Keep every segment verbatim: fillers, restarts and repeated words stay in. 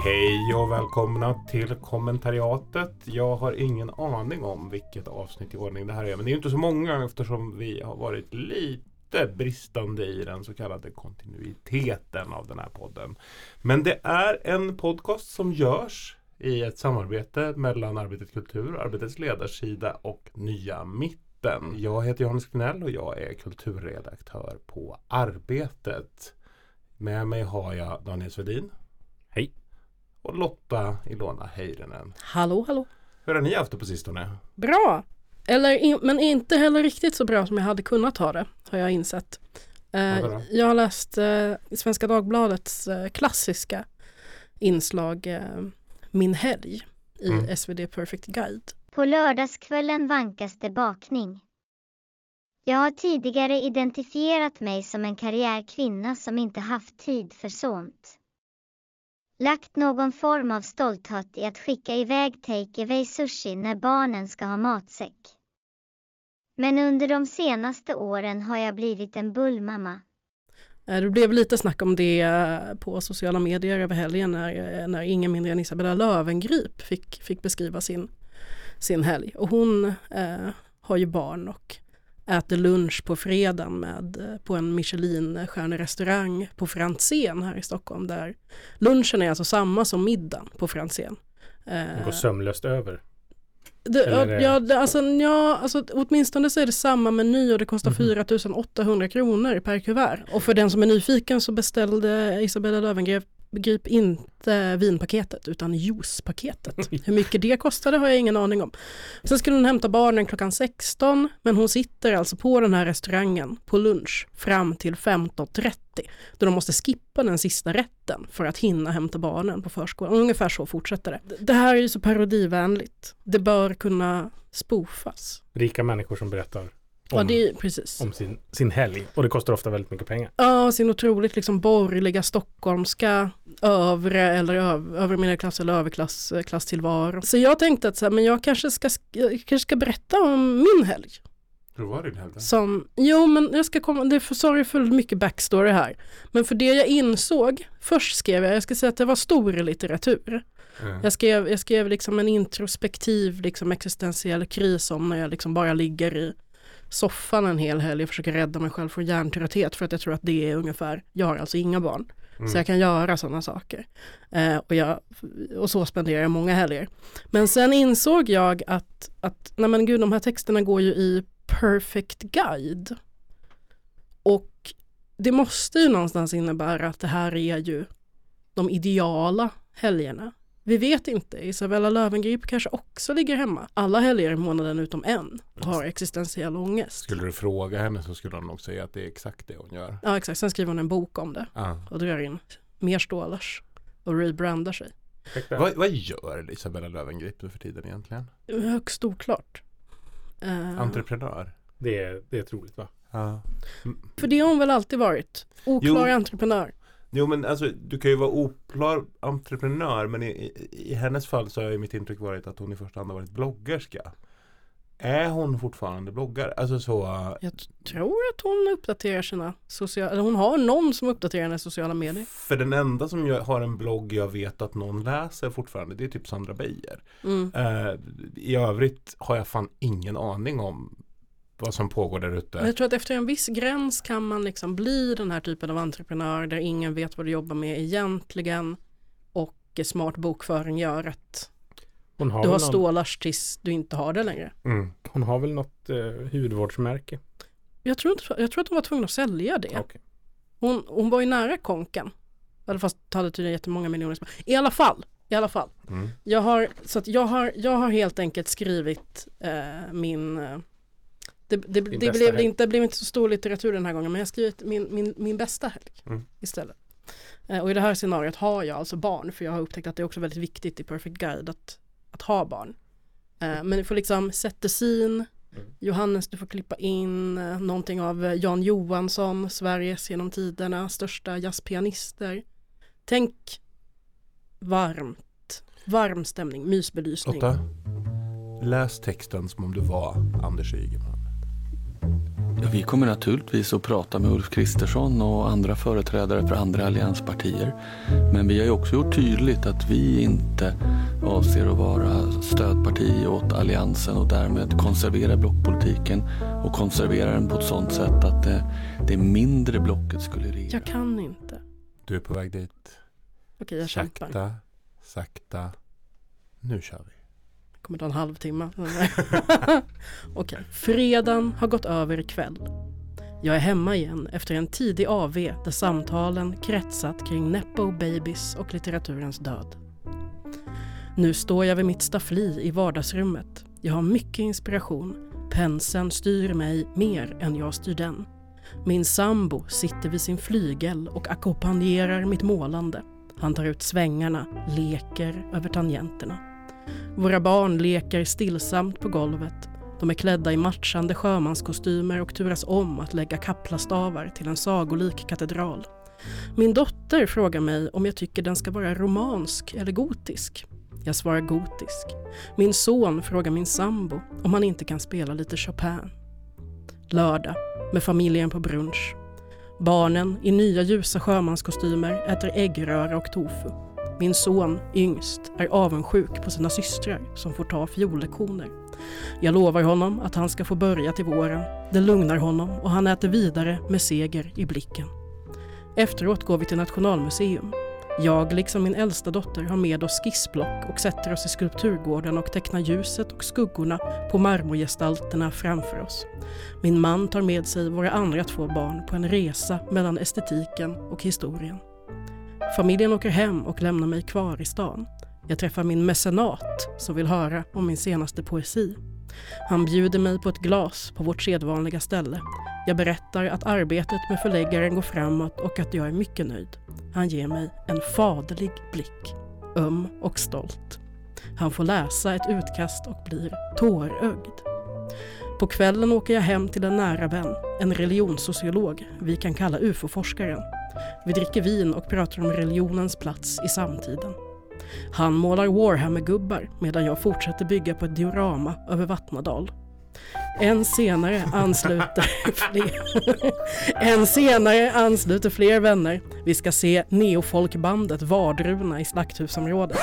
Hej och välkomna till kommentariatet. Jag har ingen aning om vilket avsnitt i ordning det här är. Men det är ju inte så många eftersom vi har varit lite bristande i den så kallade kontinuiteten av den här podden. Men det är en podcast som görs i ett samarbete mellan Arbetet Kultur, Arbetets ledarsida och Nya Mitten. Jag heter Johannes Knell och jag är kulturredaktör på Arbetet. Med mig har jag Daniel Svedin. Hej. Och Lotta Ilona Heirinen. Hallå, hallå. Hur har ni haft det på sistone? Bra. Eller, in, men inte heller riktigt så bra som jag hade kunnat ha det, har jag insett. Eh, jag har läst eh, Svenska Dagbladets eh, klassiska inslag eh, Min helg i mm. S V D Perfect Guide. På lördagskvällen vankas det bakning. Jag har tidigare identifierat mig som en karriärkvinna som inte haft tid för sånt. Lagt någon form av stolthet i att skicka iväg take-away sushi när barnen ska ha matsäck. Men under de senaste åren har jag blivit en bullmamma. Det blev lite snack om det på sociala medier över helgen när, när ingen mindre än Isabella Löwengrip fick, fick beskriva sin, sin helg. Och hon eh, har ju barn och äter lunch på fredagen med, på en Michelin-stjärnerestaurang på Franzén här i Stockholm. Där lunchen är alltså samma som middagen på Franzén. Det går sömlöst över. Det, det... Ja, det, alltså, ja alltså, åtminstone så är det samma meny och det kostar mm-hmm. fyra tusen åttahundra kronor per kuvert. Och för den som är nyfiken så beställde Isabella Löwengrip Grip inte vinpaketet utan juicepaketet. Hur mycket det kostade har jag ingen aning om. Sen skulle hon hämta barnen klockan sexton, men hon sitter alltså på den här restaurangen på lunch fram till femton trettio. Då de måste skippa den sista rätten för att hinna hämta barnen på förskolan. Ungefär så fortsätter det. Det här är ju så parodivänligt. Det bör kunna spoofas. Rika människor som berättar om, ja, det är, precis. om sin, sin helg. Och det kostar ofta väldigt mycket pengar. Ja, sin otroligt liksom borgerliga stockholmska övre eller öv, övre medelklass eller överklass klass tillvaro. Så jag tänkte att så här, men jag kanske ska, jag kanske ska berätta om min helg. Hur var din helg? Som, jo, men jag ska komma, det är för, sorry för mycket backstory här. Men för det jag insåg, först skrev jag, jag ska säga att det var stor litteratur. Mm. Jag skrev, jag skrev liksom en introspektiv liksom existentiell kris om när jag liksom bara ligger i soffan en hel helg och försöker rädda mig själv från hjärntrötthet för att jag tror att det är ungefär, jag har alltså inga barn mm. så jag kan göra sådana saker eh, och, jag, och så spenderar jag många helger. Men sen insåg jag att, att nej men gud, de här texterna går ju i Perfect Guide och det måste ju någonstans innebära att det här är ju de ideala helgerna. Vi vet inte. Isabella Löwengrip kanske också ligger hemma. Alla helger i månaden utom en har existentiell ångest. Skulle du fråga henne så skulle hon nog säga att det är exakt det hon gör. Ja, exakt. Sen skriver hon en bok om det. Ah. Och drar in mer stålars och rebrandar sig. Vad, vad gör Isabella Löwengrip nu för tiden egentligen? Högst oklart. Uh, Entreprenör? Det är, det är troligt, va? Ja. Mm. För det har hon väl alltid varit. Oklar jo. entreprenör. Jo, men alltså, du kan ju vara oklar entreprenör, men i, i, i hennes fall så har ju mitt intryck varit att hon i första hand har varit bloggerska. Är hon fortfarande bloggare? Alltså så... Jag t- tror att hon uppdaterar sina sociala... Eller hon har någon som uppdaterar hennes sociala medier. För den enda som jag har en blogg jag vet att någon läser fortfarande, det är typ Sandra Beijer. Mm. Uh, I övrigt har jag fan ingen aning om vad som pågår där ute. Jag tror att efter en viss gräns kan man liksom bli den här typen av entreprenör där ingen vet vad du jobbar med egentligen och smart bokföring gör att hon har du har någon... stålars tills du inte har det längre. Mm. Hon har väl något eh, hudvårdsmärke? Jag tror, inte, jag tror att hon var tvungen att sälja det. Okay. Hon, hon var ju nära konken. Eller fast hade tydligen jättemånga miljoner. I alla fall. I alla fall. Mm. Jag, har, så att jag, har, jag har helt enkelt skrivit eh, min... Eh, Det, det, det, blev inte, det blev inte så stor litteratur den här gången, men jag har skrivit min, min, min bästa helg mm. istället. Eh, och i det här scenariot har jag alltså barn, för jag har upptäckt att det är också väldigt viktigt i Perfect Guide att, att ha barn. Eh, men du får liksom sätta sin, mm. Johannes, du får klippa in eh, någonting av Jan Johansson, Sveriges genom tiderna största jazzpianister. Tänk varmt, varm stämning, mysbelysning. Lotta, läs texten som om du var Anders Ygeman. Ja, vi kommer naturligtvis att prata med Ulf Kristersson och andra företrädare för andra allianspartier. Men vi har ju också gjort tydligt att vi inte avser att vara stödparti åt alliansen och därmed konservera blockpolitiken och konservera den på ett sådant sätt att det, det mindre blocket skulle regera. Jag kan inte. Du är på väg dit. Okej, jag sakta, kämpar. sakta. Nu kör vi. Det kommer ta en halvtimme. Okej, fredagen har gått över ikväll. Jag är hemma igen efter en tidig A V där samtalen kretsat kring Nepo Babies och litteraturens död. Nu står jag vid mitt staffli i vardagsrummet. Jag har mycket inspiration. Penseln styr mig mer än jag styr den. Min sambo sitter vid sin flygel och ackompanjerar mitt målande. Han tar ut svängarna, leker över tangenterna. Våra barn leker stillsamt på golvet. De är klädda i matchande sjömanskostymer och turas om att lägga kaplastavar till en sagolik katedral. Min dotter frågar mig om jag tycker den ska vara romansk eller gotisk. Jag svarar gotisk. Min son frågar min sambo om han inte kan spela lite Chopin. Lördag, med familjen på brunch. Barnen i nya ljusa sjömanskostymer äter äggröra och tofu. Min son, yngst, är avundsjuk på sina systrar som får ta fiollektioner. Jag lovar honom att han ska få börja till våren. Det lugnar honom och han äter vidare med seger i blicken. Efteråt går vi till Nationalmuseum. Jag, liksom min äldsta dotter, har med oss skissblock och sätter oss i skulpturgården och tecknar ljuset och skuggorna på marmorgestalterna framför oss. Min man tar med sig våra andra två barn på en resa mellan estetiken och historien. Familjen åker hem och lämnar mig kvar i stan. Jag träffar min mecenat som vill höra om min senaste poesi. Han bjuder mig på ett glas på vårt sedvanliga ställe. Jag berättar att arbetet med förläggaren går framåt och att jag är mycket nöjd. Han ger mig en faderlig blick, öm och stolt. Han får läsa ett utkast och blir tårögd. På kvällen åker jag hem till en nära vän, en religionssociolog, vi kan kalla U F O-forskaren. Vi dricker vin och pratar om religionens plats i samtiden. Han målar Warhammer-gubbar medan jag fortsätter bygga på ett diorama över Vattnadal. En senare ansluter fler. En senare ansluter fler vänner. Vi ska se neofolkbandet Vardruna i Slakthusområdet.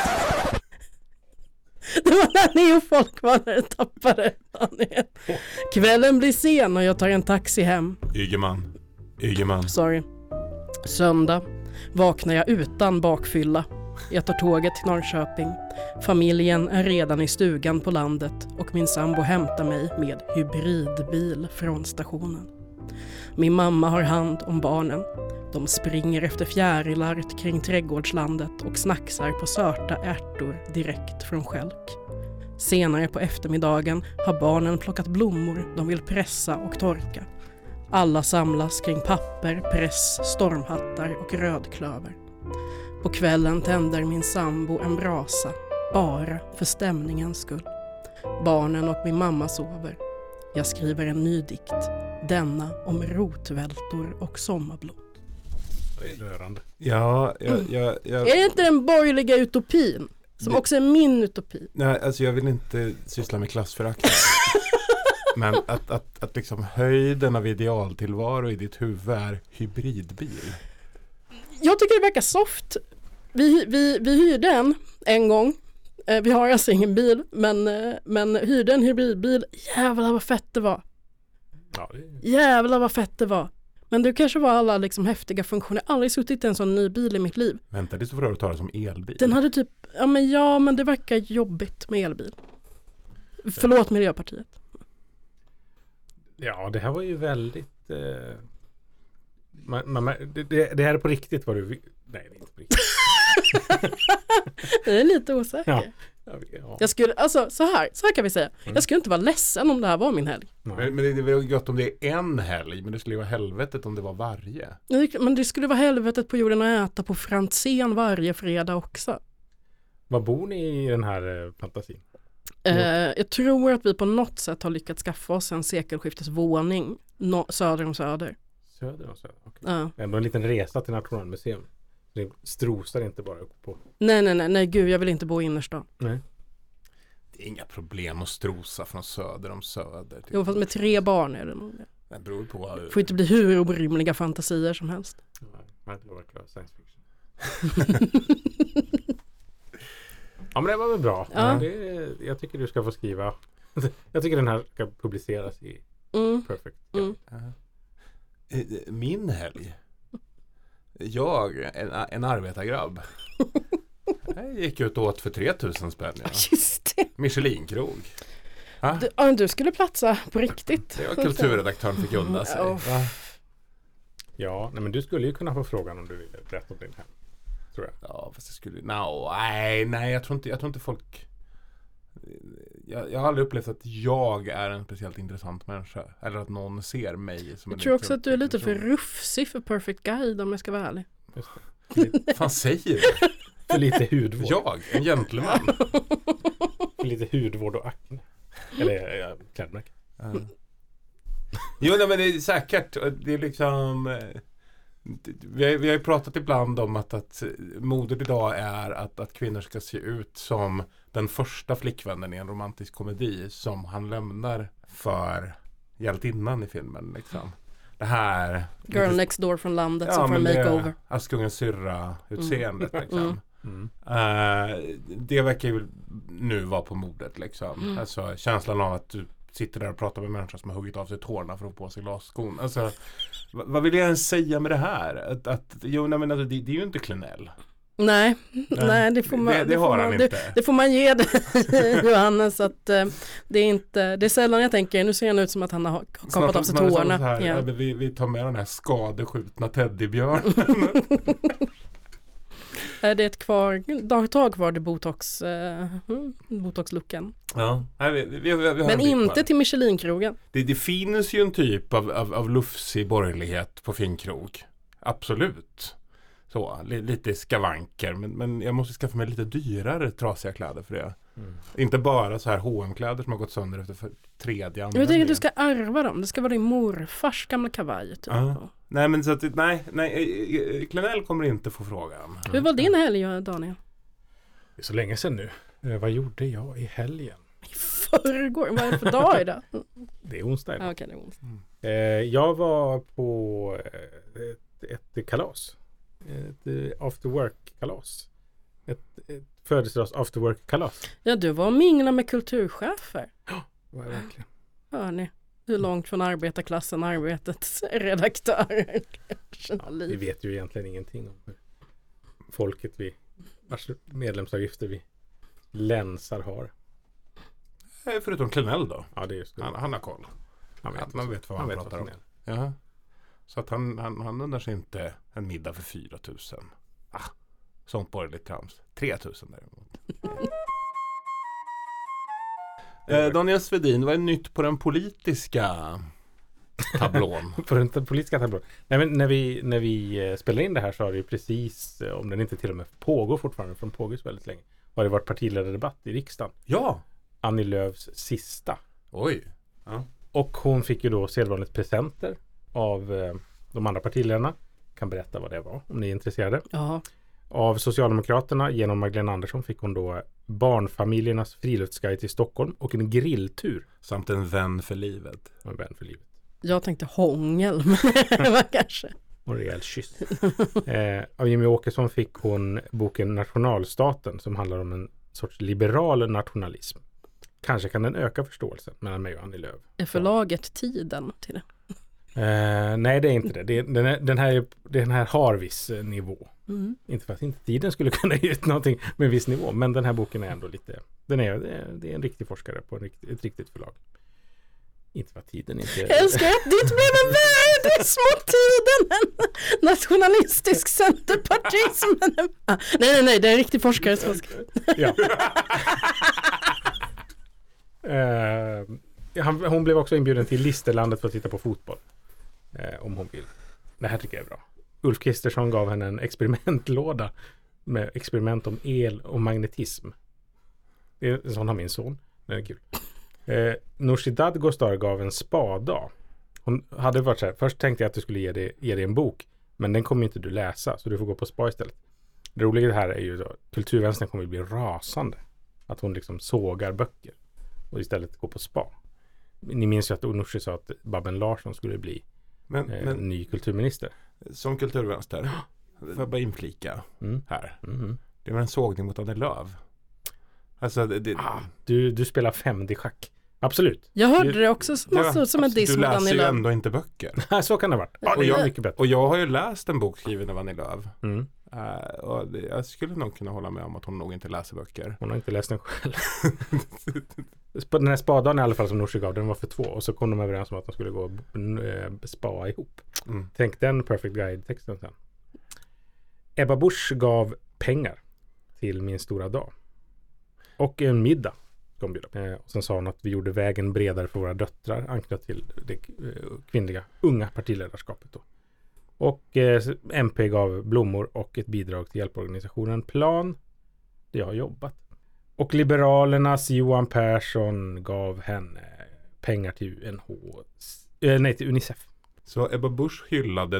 Det var när neofolk var när det tappade. Kvällen blir sen och jag tar en taxi hem. Ygeman. Ygeman. Sorry. Söndag vaknar jag utan bakfylla. Jag tar tåget till Norrköping. Familjen är redan i stugan på landet och min sambo hämtar mig med hybridbil från stationen. Min mamma har hand om barnen. De springer efter fjärilar kring trädgårdslandet och snacksar på sörta ärtor direkt från skälk. Senare på eftermiddagen har barnen plockat blommor de vill pressa och torka. Alla samlas kring papper, press, stormhattar och rödklöver. På kvällen tänder min sambo en brasa, bara för stämningens skull. Barnen och min mamma sover. Jag skriver en ny dikt, denna om rotvältor och sommarblom. Det är rörande. Ja, jag, jag, jag... Är det inte den borgerliga utopin? Som Det- också är min utopi. Nej, alltså jag vill inte syssla med klassförakt. Men att, att, att liksom höjden av idealtillvaro i ditt huvud är hybridbil. Jag tycker det verkar soft. Vi, vi, vi hyrde en en gång. Eh, vi har alltså ingen bil, men, eh, men hyrde en hybridbil. Jävlar vad fett det var. Ja, det är... Jävlar vad fett det var. Men det kanske var alla liksom häftiga funktioner. Jag har aldrig suttit i en sån ny bil i mitt liv. Vänta, det är så för att ta det som elbil. Den hade typ, ja men ja men det verkar jobbigt med elbil. Förlåt Miljöpartiet. Ja, det här var ju väldigt... Eh... Man, man, det, det, det här är på riktigt vad du vill. Nej, det är inte på riktigt. Jag är lite osäker. Ja. Ja, ja. Jag skulle, alltså så här, så här kan vi säga. Mm. Jag skulle inte vara ledsen om det här var min helg. Men, men det är väl gott om det är en helg, men det skulle ju vara helvetet om det var varje. Men det skulle vara helvetet på jorden att äta på Franzén varje fredag också. Var bor ni i den här eh, fantasin? Eh, jag tror att vi på något sätt har lyckats skaffa oss en sekelskiftesvåning no- söder om söder. Söder och söder, okej. Ja. Ändå en liten resa till Nationalmuseum. Det strosar inte bara upp på... Nej, nej, nej, nej, gud, jag vill inte bo i innerstan. Nej. Det är inga problem att strosa från söder om söder. Till... Jo, fast med tre barn är det nog. Det beror på. Får inte bli hur orimliga fantasier som helst. Nej, det var verkligen science fiction. Ja, men det var väl bra. Ja. Det, jag tycker du ska få skriva. Jag tycker den här ska publiceras i Mm. Perfect. Mm. Min helg. Jag, en, en arbetargrabb. Jag gick ut och åt för tre tusen spänn. Ja. Just det. Michelin-krog. Ha? Du, ja, du skulle platsa på riktigt. Det var kulturredaktören fick undan sig. Oh. Va? Ja, nej, men du skulle ju kunna få frågan om du vill berätta om din hem. Tror jag. Ja, fast jag skulle... No, nej, nej, jag tror inte, jag tror inte folk... Jag, jag har aldrig upplevt att jag är en speciellt intressant människa. Eller att någon ser mig som en... Jag tror också att du är lite för person. rufsig för Perfect Guide om jag ska vara ärlig. Just det. Vad fan säger du? För lite hudvård. Jag, en gentleman. För lite hudvård och akne. Eller ja, klädmärke. Uh. Jo, nej, men det är säkert. Det är liksom... eh, Vi har, vi har ju pratat ibland om att, att modet idag är att, att kvinnor ska se ut som den första flickvännen i en romantisk komedi som han lämnar för hjältinnan i filmen. Liksom. Det här... Girl lite, next door från landet ja, som får en men det makeover. Askungens syrra-utseendet. Mm. Liksom. Mm. Mm. Uh, det verkar ju nu vara på modet. Liksom. Mm. Alltså, känslan av att du sitter där och pratar med människor som har huggit av sig tårna för att få på sig glasskon. Alltså, vad, vad vill jag ens säga med det här? Att, att, jo, nej, men alltså, det, det är ju inte Klenell. Nej, nej, det får man, det, det, det får har man, han det, inte. det får man ge det, Johannes, att uh, det är inte, det är sällan jag tänker, nu ser han ut som att han har kapat av sig Snart- snart tårna. så här, Ja. ja, men vi, vi tar med den här skadeskjutna teddybjörnen. Är det ett kvar, dag tag kvar det botox, uh, botox-looken. Ja, nej, vi, vi, vi, vi har Men en bit inte kvar. till Michelin-krogen. Det, det finns ju en typ av, av, av lufsig borgerlighet på finkrog. Absolut. Så, li, lite skavanker. Men, men jag måste skaffa mig lite dyrare trasiga kläder för det. Mm. Inte bara så här H och M-kläder som har gått sönder efter för tredje Jag tänker användningen. att du ska ärva dem. Det ska vara din morfars gamla kavaj. Typ. Ja. Nej, men så att, nej, nej, Klenell kommer inte få frågan. Hur var din helg, Daniel? Det är så länge sedan nu. Eh, vad gjorde jag i helgen? I förrgår. Vad är det för dag idag? Det är onsdag idag. Ah, okej, det är onsdag. Eh, jag var på eh, ett, ett kalas. Ett eh, after work-kalas. Ett, ett födelsedags after work-kalas. Ja, du var och mingla med kulturchefer. Det var det verkligen. Hör ni? Hur långt från arbetarklassen arbetets redaktörer. Vi vet ju egentligen ingenting om hur folket vi, vars medlemsavgifter vi länsar har. Eh, Förutom Klenell då. Ja, det är just det. Han, han har koll. Han vet, Att man vet vad han han vet pratar vad om. som är. Jaha. Så att han, han, han undrar sig inte en middag för fyra tusen. Ah, sånt borgerligt trams. tre tusen däremot. eh, Daniel Svedin, vad är nytt på den politiska tablån? På den politiska tablån. Nej, men när vi, när vi eh, spelar in det här så har det ju precis, eh, om den inte till och med pågår fortfarande, för den pågår så väldigt länge, har det varit partiledardebatt i riksdagen. Ja! Annie Lööfs sista. Oj! Ja. Och hon fick ju då sedvanligt presenter av eh, de andra partiledarna. Kan berätta vad det var om ni är intresserade. Ja. Av Socialdemokraterna genom Magdalena Andersson fick hon då barnfamiljernas friluftsguide till Stockholm och en grilltur. Samt en vän för livet. Och en vän för livet. Jag tänkte hångel, men det var kanske. Och en rejäl kyss. eh, av Jimmy Åkesson fick hon boken Nationalstaten som handlar om en sorts liberal nationalism. Kanske kan den öka förståelsen mellan mig och Annie Lööf. Är förlaget tiden till det? Eh, nej, det är inte det. det är, den, är, den, här, den här har viss eh, nivå. Mm. Inte för att inte tiden skulle kunna ge ut någonting med viss nivå. Men den här boken är ändå lite... Den är, det, är, det är en riktig forskare på en rikt, ett riktigt förlag. Inte för att tiden inte... Jag älskar att ditt blev en värld små tiden. En nationalistisk centerpartism. Ah, nej, nej, nej. Det är en riktig forskare som ska... Ja. eh, han, hon blev också inbjuden till Listerlandet för att titta på fotboll. Eh, om hon vill. Det här tycker jag är bra. Ulf Kristersson gav henne en experimentlåda med experiment om el och magnetism. Det är, sån har min son. Den är kul. Eh, Nooshi Dadgostar gav en spa-dag. Hon hade varit så här. Först tänkte jag att du skulle ge dig, ge dig en bok. Men den kommer inte du läsa. Så du får gå på spa istället. Det roliga här är ju att kulturvänstern kommer att bli rasande. Att hon liksom sågar böcker. Och istället går på spa. Ni minns ju att Nooshi sa att Babben Larsson skulle bli Men, eh, men ny kulturminister. som kulturvänster, får jag bara inflika Mm. här. Mm. Det var en sågning mot Annie Lööf. Alltså, det, det, Ah, du, du spelar fem D-schack. Absolut. Jag hörde Du- det också som, Ja, som, som en diss du mot läser Annie ju Lööf. ändå inte böcker. Nej, så kan det ha varit. Ja, och det jag är- är mycket bättre. Och jag har ju läst en bok skriven av Annie Lööf. Mm. Uh, och det, jag skulle nog kunna hålla med om att hon nog inte läser böcker. Hon har inte läst den själv. Sp- den här spadan i alla fall som Nooshi gav, den var för två. Och så kom de överens om att de skulle gå och äh, spa ihop. Mm. Tänk den Perfect Guide-texten sen. Ebba Busch gav pengar till Min stora dag. Och en middag. Kom bjuda på. Eh, och sen sa hon att vi gjorde vägen bredare för våra döttrar. Anknöt till det eh, kvinnliga unga partiledarskapet då. Och eh, M P gav blommor och ett bidrag till hjälporganisationen Plan. Det jag har jobbat. Och Liberalernas Johan Persson gav henne pengar till U N H. Eh, nej, till Unicef. Så Ebba Busch hyllade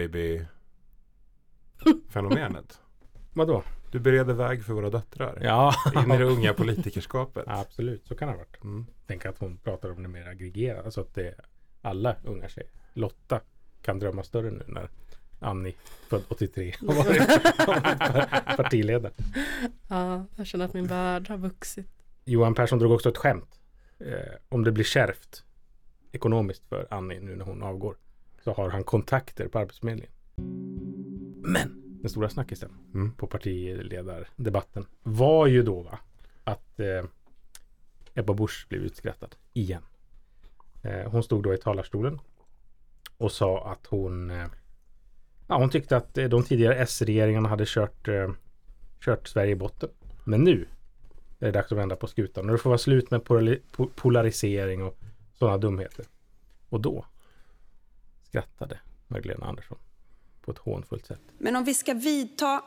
Nepo-baby-fenomenet. Vadå? Du bereder väg för våra döttrar. Ja, In i det unga politikerskapet. absolut. Så kan det ha varit. Mm. Tänk att hon pratar om det mer aggregerat. Alltså att det är alla unga tjejer. Lotta kan drömma större nu när Annie, född åttiotre, har varit partiledare. Ja, jag känner att min värld har vuxit. Johan Persson drog också ett skämt. Eh, om det blir kärvt ekonomiskt för Annie nu när hon avgår, så har han kontakter på Arbetsförmedlingen. Men den stora snackisen Mm. på partiledardebatten var ju då va, att eh, Ebba Busch blev utskrattad igen. Eh, hon stod då i talarstolen och sa att hon eh, ja, hon tyckte att eh, de tidigare S-regeringarna hade kört, eh, kört Sverige i botten. Men nu är det dags att vända på skutan och det får vara slut med polari- po- polarisering och sådana dumheter. Och då skrattade Magdalena Andersson på ett hånfullt sätt. Men om vi ska vidta...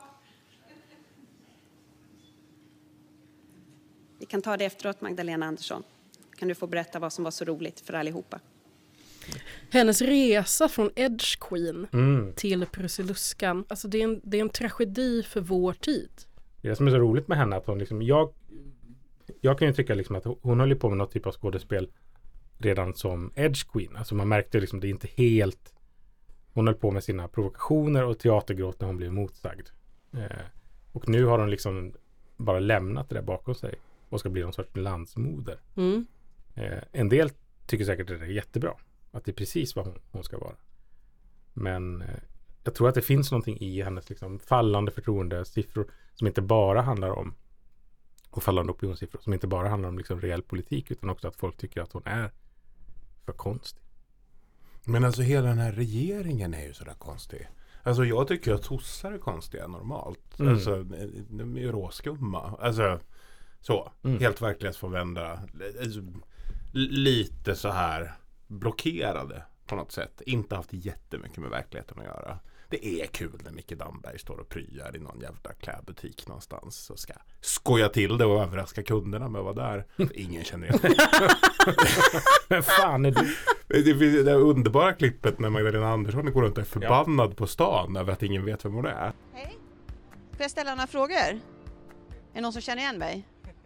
Vi kan ta det efteråt, Magdalena Andersson. Kan du få berätta vad som var så roligt för allihopa? Hennes resa från Edge Queen Mm. till Prussiluskan, alltså det är, en, det är en tragedi för vår tid. Det är det som är så roligt med henne att hon liksom, jag, jag kan ju tycka liksom att hon höll på med något typ av skådespel redan som Edge Queen. Alltså man märkte liksom det är inte helt, hon höll på med sina provokationer och teatergråt när hon blev motsagd. Eh, och nu har hon liksom bara lämnat det där bakom sig och ska bli någon sorts landsmoder. Mm. Eh, en del tycker säkert att det är jättebra. Att det är precis vad hon, hon ska vara. Men eh, jag tror att det finns någonting i hennes liksom, fallande förtroendesiffror som inte bara handlar om och fallande opinionssiffror som inte bara handlar om liksom, reell politik utan också att folk tycker att hon är för konstig. Men alltså hela den här regeringen är ju sådär konstig. Alltså jag tycker att sossar är konstiga normalt. Mm. Alltså de är ju råskumma. Alltså så. Mm. Helt verklighetsfrånvända. Alltså, lite så här blockerade på något sätt. Inte haft jättemycket med verkligheten att göra. Det är kul när Micke Damberg står och pryar i någon jävla klädbutik någonstans och ska skoja till det och överraska kunderna med att vara där. Ingen känner igen. Men fan är du? Det finns det underbara klippet när Magdalena Andersson går runt och är förbannad på stan över att ingen vet vem hon är. Hej, får jag ställa några frågor? Är det någon som känner igen mig?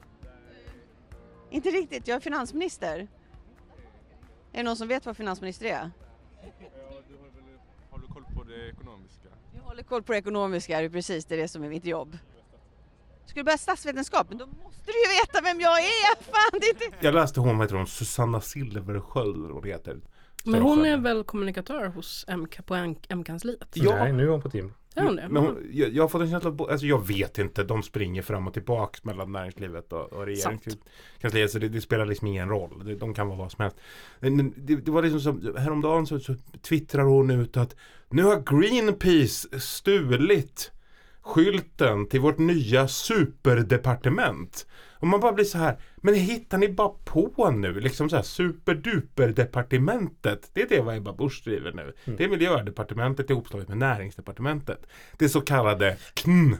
Inte riktigt, jag är finansminister. Är det någon som vet vad finansminister är? Ja, du har, väl, har du koll på det ekonomiska? Jag håller koll på det ekonomiska, det är precis det, är det som är mitt jobb. Ska du börja statsvetenskap? Men då måste du ju veta vem jag är! Fan, det är inte... Jag läste hon, vad heter hon, Susanna Silversköld eller vad det heter. Men hon är väl kommunikatör hos M K på M-kansliet? Ja. Nej, nu är hon på team. Är hon det? Men hon, jag, jag har fått en känsla av, alltså jag vet inte, de springer fram och tillbaka mellan näringslivet och, och regeringskansliet, så det, det spelar liksom ingen roll. Det, de kan vara vad som helst. Men det, det var liksom som, häromdagen så, så twittrar hon ut att nu har Greenpeace stulit skylten till vårt nya superdepartement. Och man bara blir så här, men hittar ni bara på nu liksom så här superduperdepartementet? Det är det vad Ebba Busch driver nu. Mm. Det är miljödepartementet ihopslaget med näringsdepartementet. Det så kallade K N.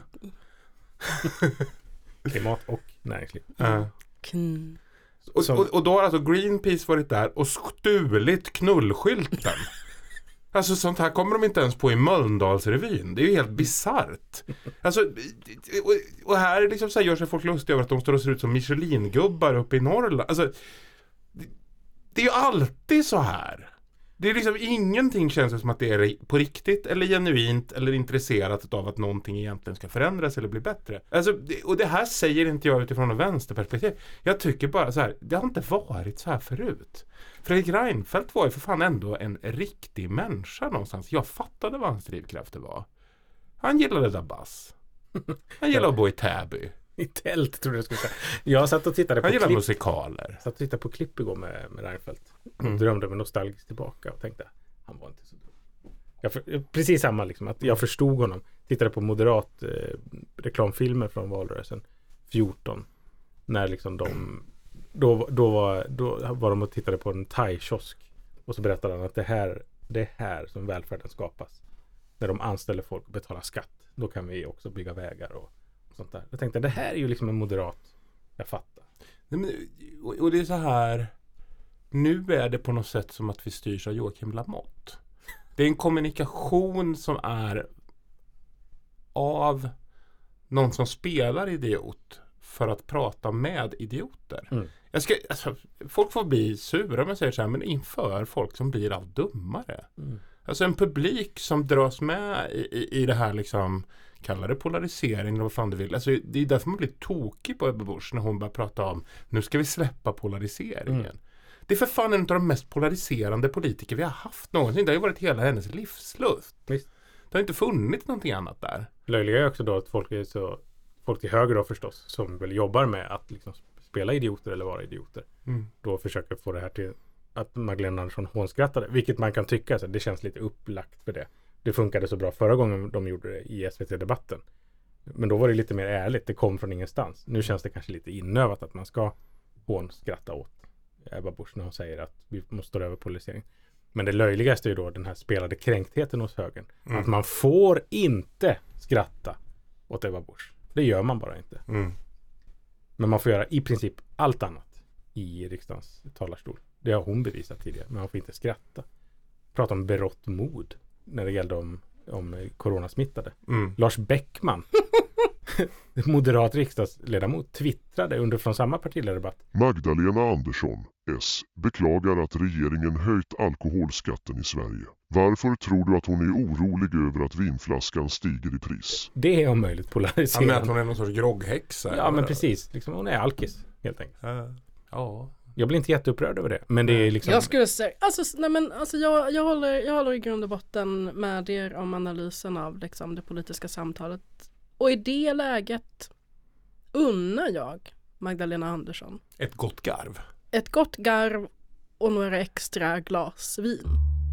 Klimat och näringsliv. Uh. Kn. Och, och, och då har alltså Greenpeace varit där och stulit knullskylten. Alltså sånt här kommer de inte ens på i Mölndalsrevyn. Det är ju helt bizarrt. Alltså, och, och här liksom så här gör sig folk lustiga över att de står och ser ut som Michelin-gubbar uppe i Norrland. Alltså, det är ju alltid så här. Det är liksom ingenting känns som att det är på riktigt eller genuint eller intresserat av att någonting egentligen ska förändras eller bli bättre. Alltså, och det här säger inte jag utifrån en vänsterperspektiv. Jag tycker bara så här, det har inte varit så här förut. Fredrik Reinfeldt var ju för fan ändå en riktig människa någonstans. Jag fattade vad hans drivkrafter var. Han gillade Dabas. Han gillade att bo i Täby. I tält tror jag skulle säga. Jag satt och tittade på Han gillar klipp. musikaler. Satt och tittade på klipp igår med, med Reinfeldt. Mm. Drömde mig nostalgiskt tillbaka och tänkte, han var inte så dum. Jag för, precis samma liksom, att jag förstod honom. Tittade på moderat eh, reklamfilmer från valrörelsen fjorton. När liksom de, då, då, var, då var de och tittade på en thai-kiosk. Och så berättade han att det här, det är här som välfärden skapas. När de anställer folk och betalar skatt. Då kan vi också bygga vägar och sånt där. Jag tänkte, det här är ju liksom en moderat. Jag fattar. Nej, men, och, och det är så här. Nu är det på något sätt som att vi styrs av Joakim Lamotte. Det är en kommunikation som är av någon som spelar idiot för att prata med idioter. Mm. Jag ska, alltså, folk får bli sura om jag säger så här, men inför folk som blir allt dummare. Mm. Alltså en publik som dras med i, i, i det här liksom, kallar det polarisering eller vad fan du vill. Alltså det är därför man blir tokig på Ebba Busch när hon börjar prata om, nu ska vi släppa polariseringen. Mm. Det är för fan en av de mest polariserande politiker vi har haft någonsin. Det har ju varit hela hennes livslust. Visst. Det har inte funnits någonting annat där. Löjliga är också då att folk är så, folk till höger då förstås, som väl jobbar med att liksom spela idioter eller vara idioter. Mm. Då försöker få det här till att Magdalena Andersson hånskrattade. Vilket man kan tycka, alltså, det känns lite upplagt för det. Det funkade så bra förra gången de gjorde det i S V T-debatten. Men då var det lite mer ärligt, det kom från ingenstans. Nu känns det kanske lite inövat att man ska hånskratta åt Ebba Busch när hon säger att vi måste stå över polarisering. Men det löjligaste är ju då den här spelade kränktheten hos högern. Mm. Att man får inte skratta åt Ebba Busch. Det gör man bara inte. Mm. Men man får göra i princip allt annat i riksdagens talarstol. Det har hon bevisat tidigare. Men man får inte skratta. Prata om berått mod när det gällde om, om coronasmittade. Mm. Lars Bäckman, moderat riksdagsledamot, twittrade under från samma partiledardebatt. Magdalena Andersson, S, beklagar att regeringen höjt alkoholskatten i Sverige. Varför tror du att hon är orolig över att vinflaskan stiger i pris? Det är om möjligt polariserande. Ja, men att hon är någon sorts grogghäxa. Ja, men precis. Liksom, hon är alkis, helt enkelt. Uh, ja. Jag blir inte jätteupprörd över det. Men det är liksom... Jag skulle säga, alltså, nej men, alltså jag, jag, håller, jag håller i grund och botten med er om analysen av liksom, det politiska samtalet. Och i det läget unnar jag Magdalena Andersson ett gott garv. Ett gott garv och några extra glas vin.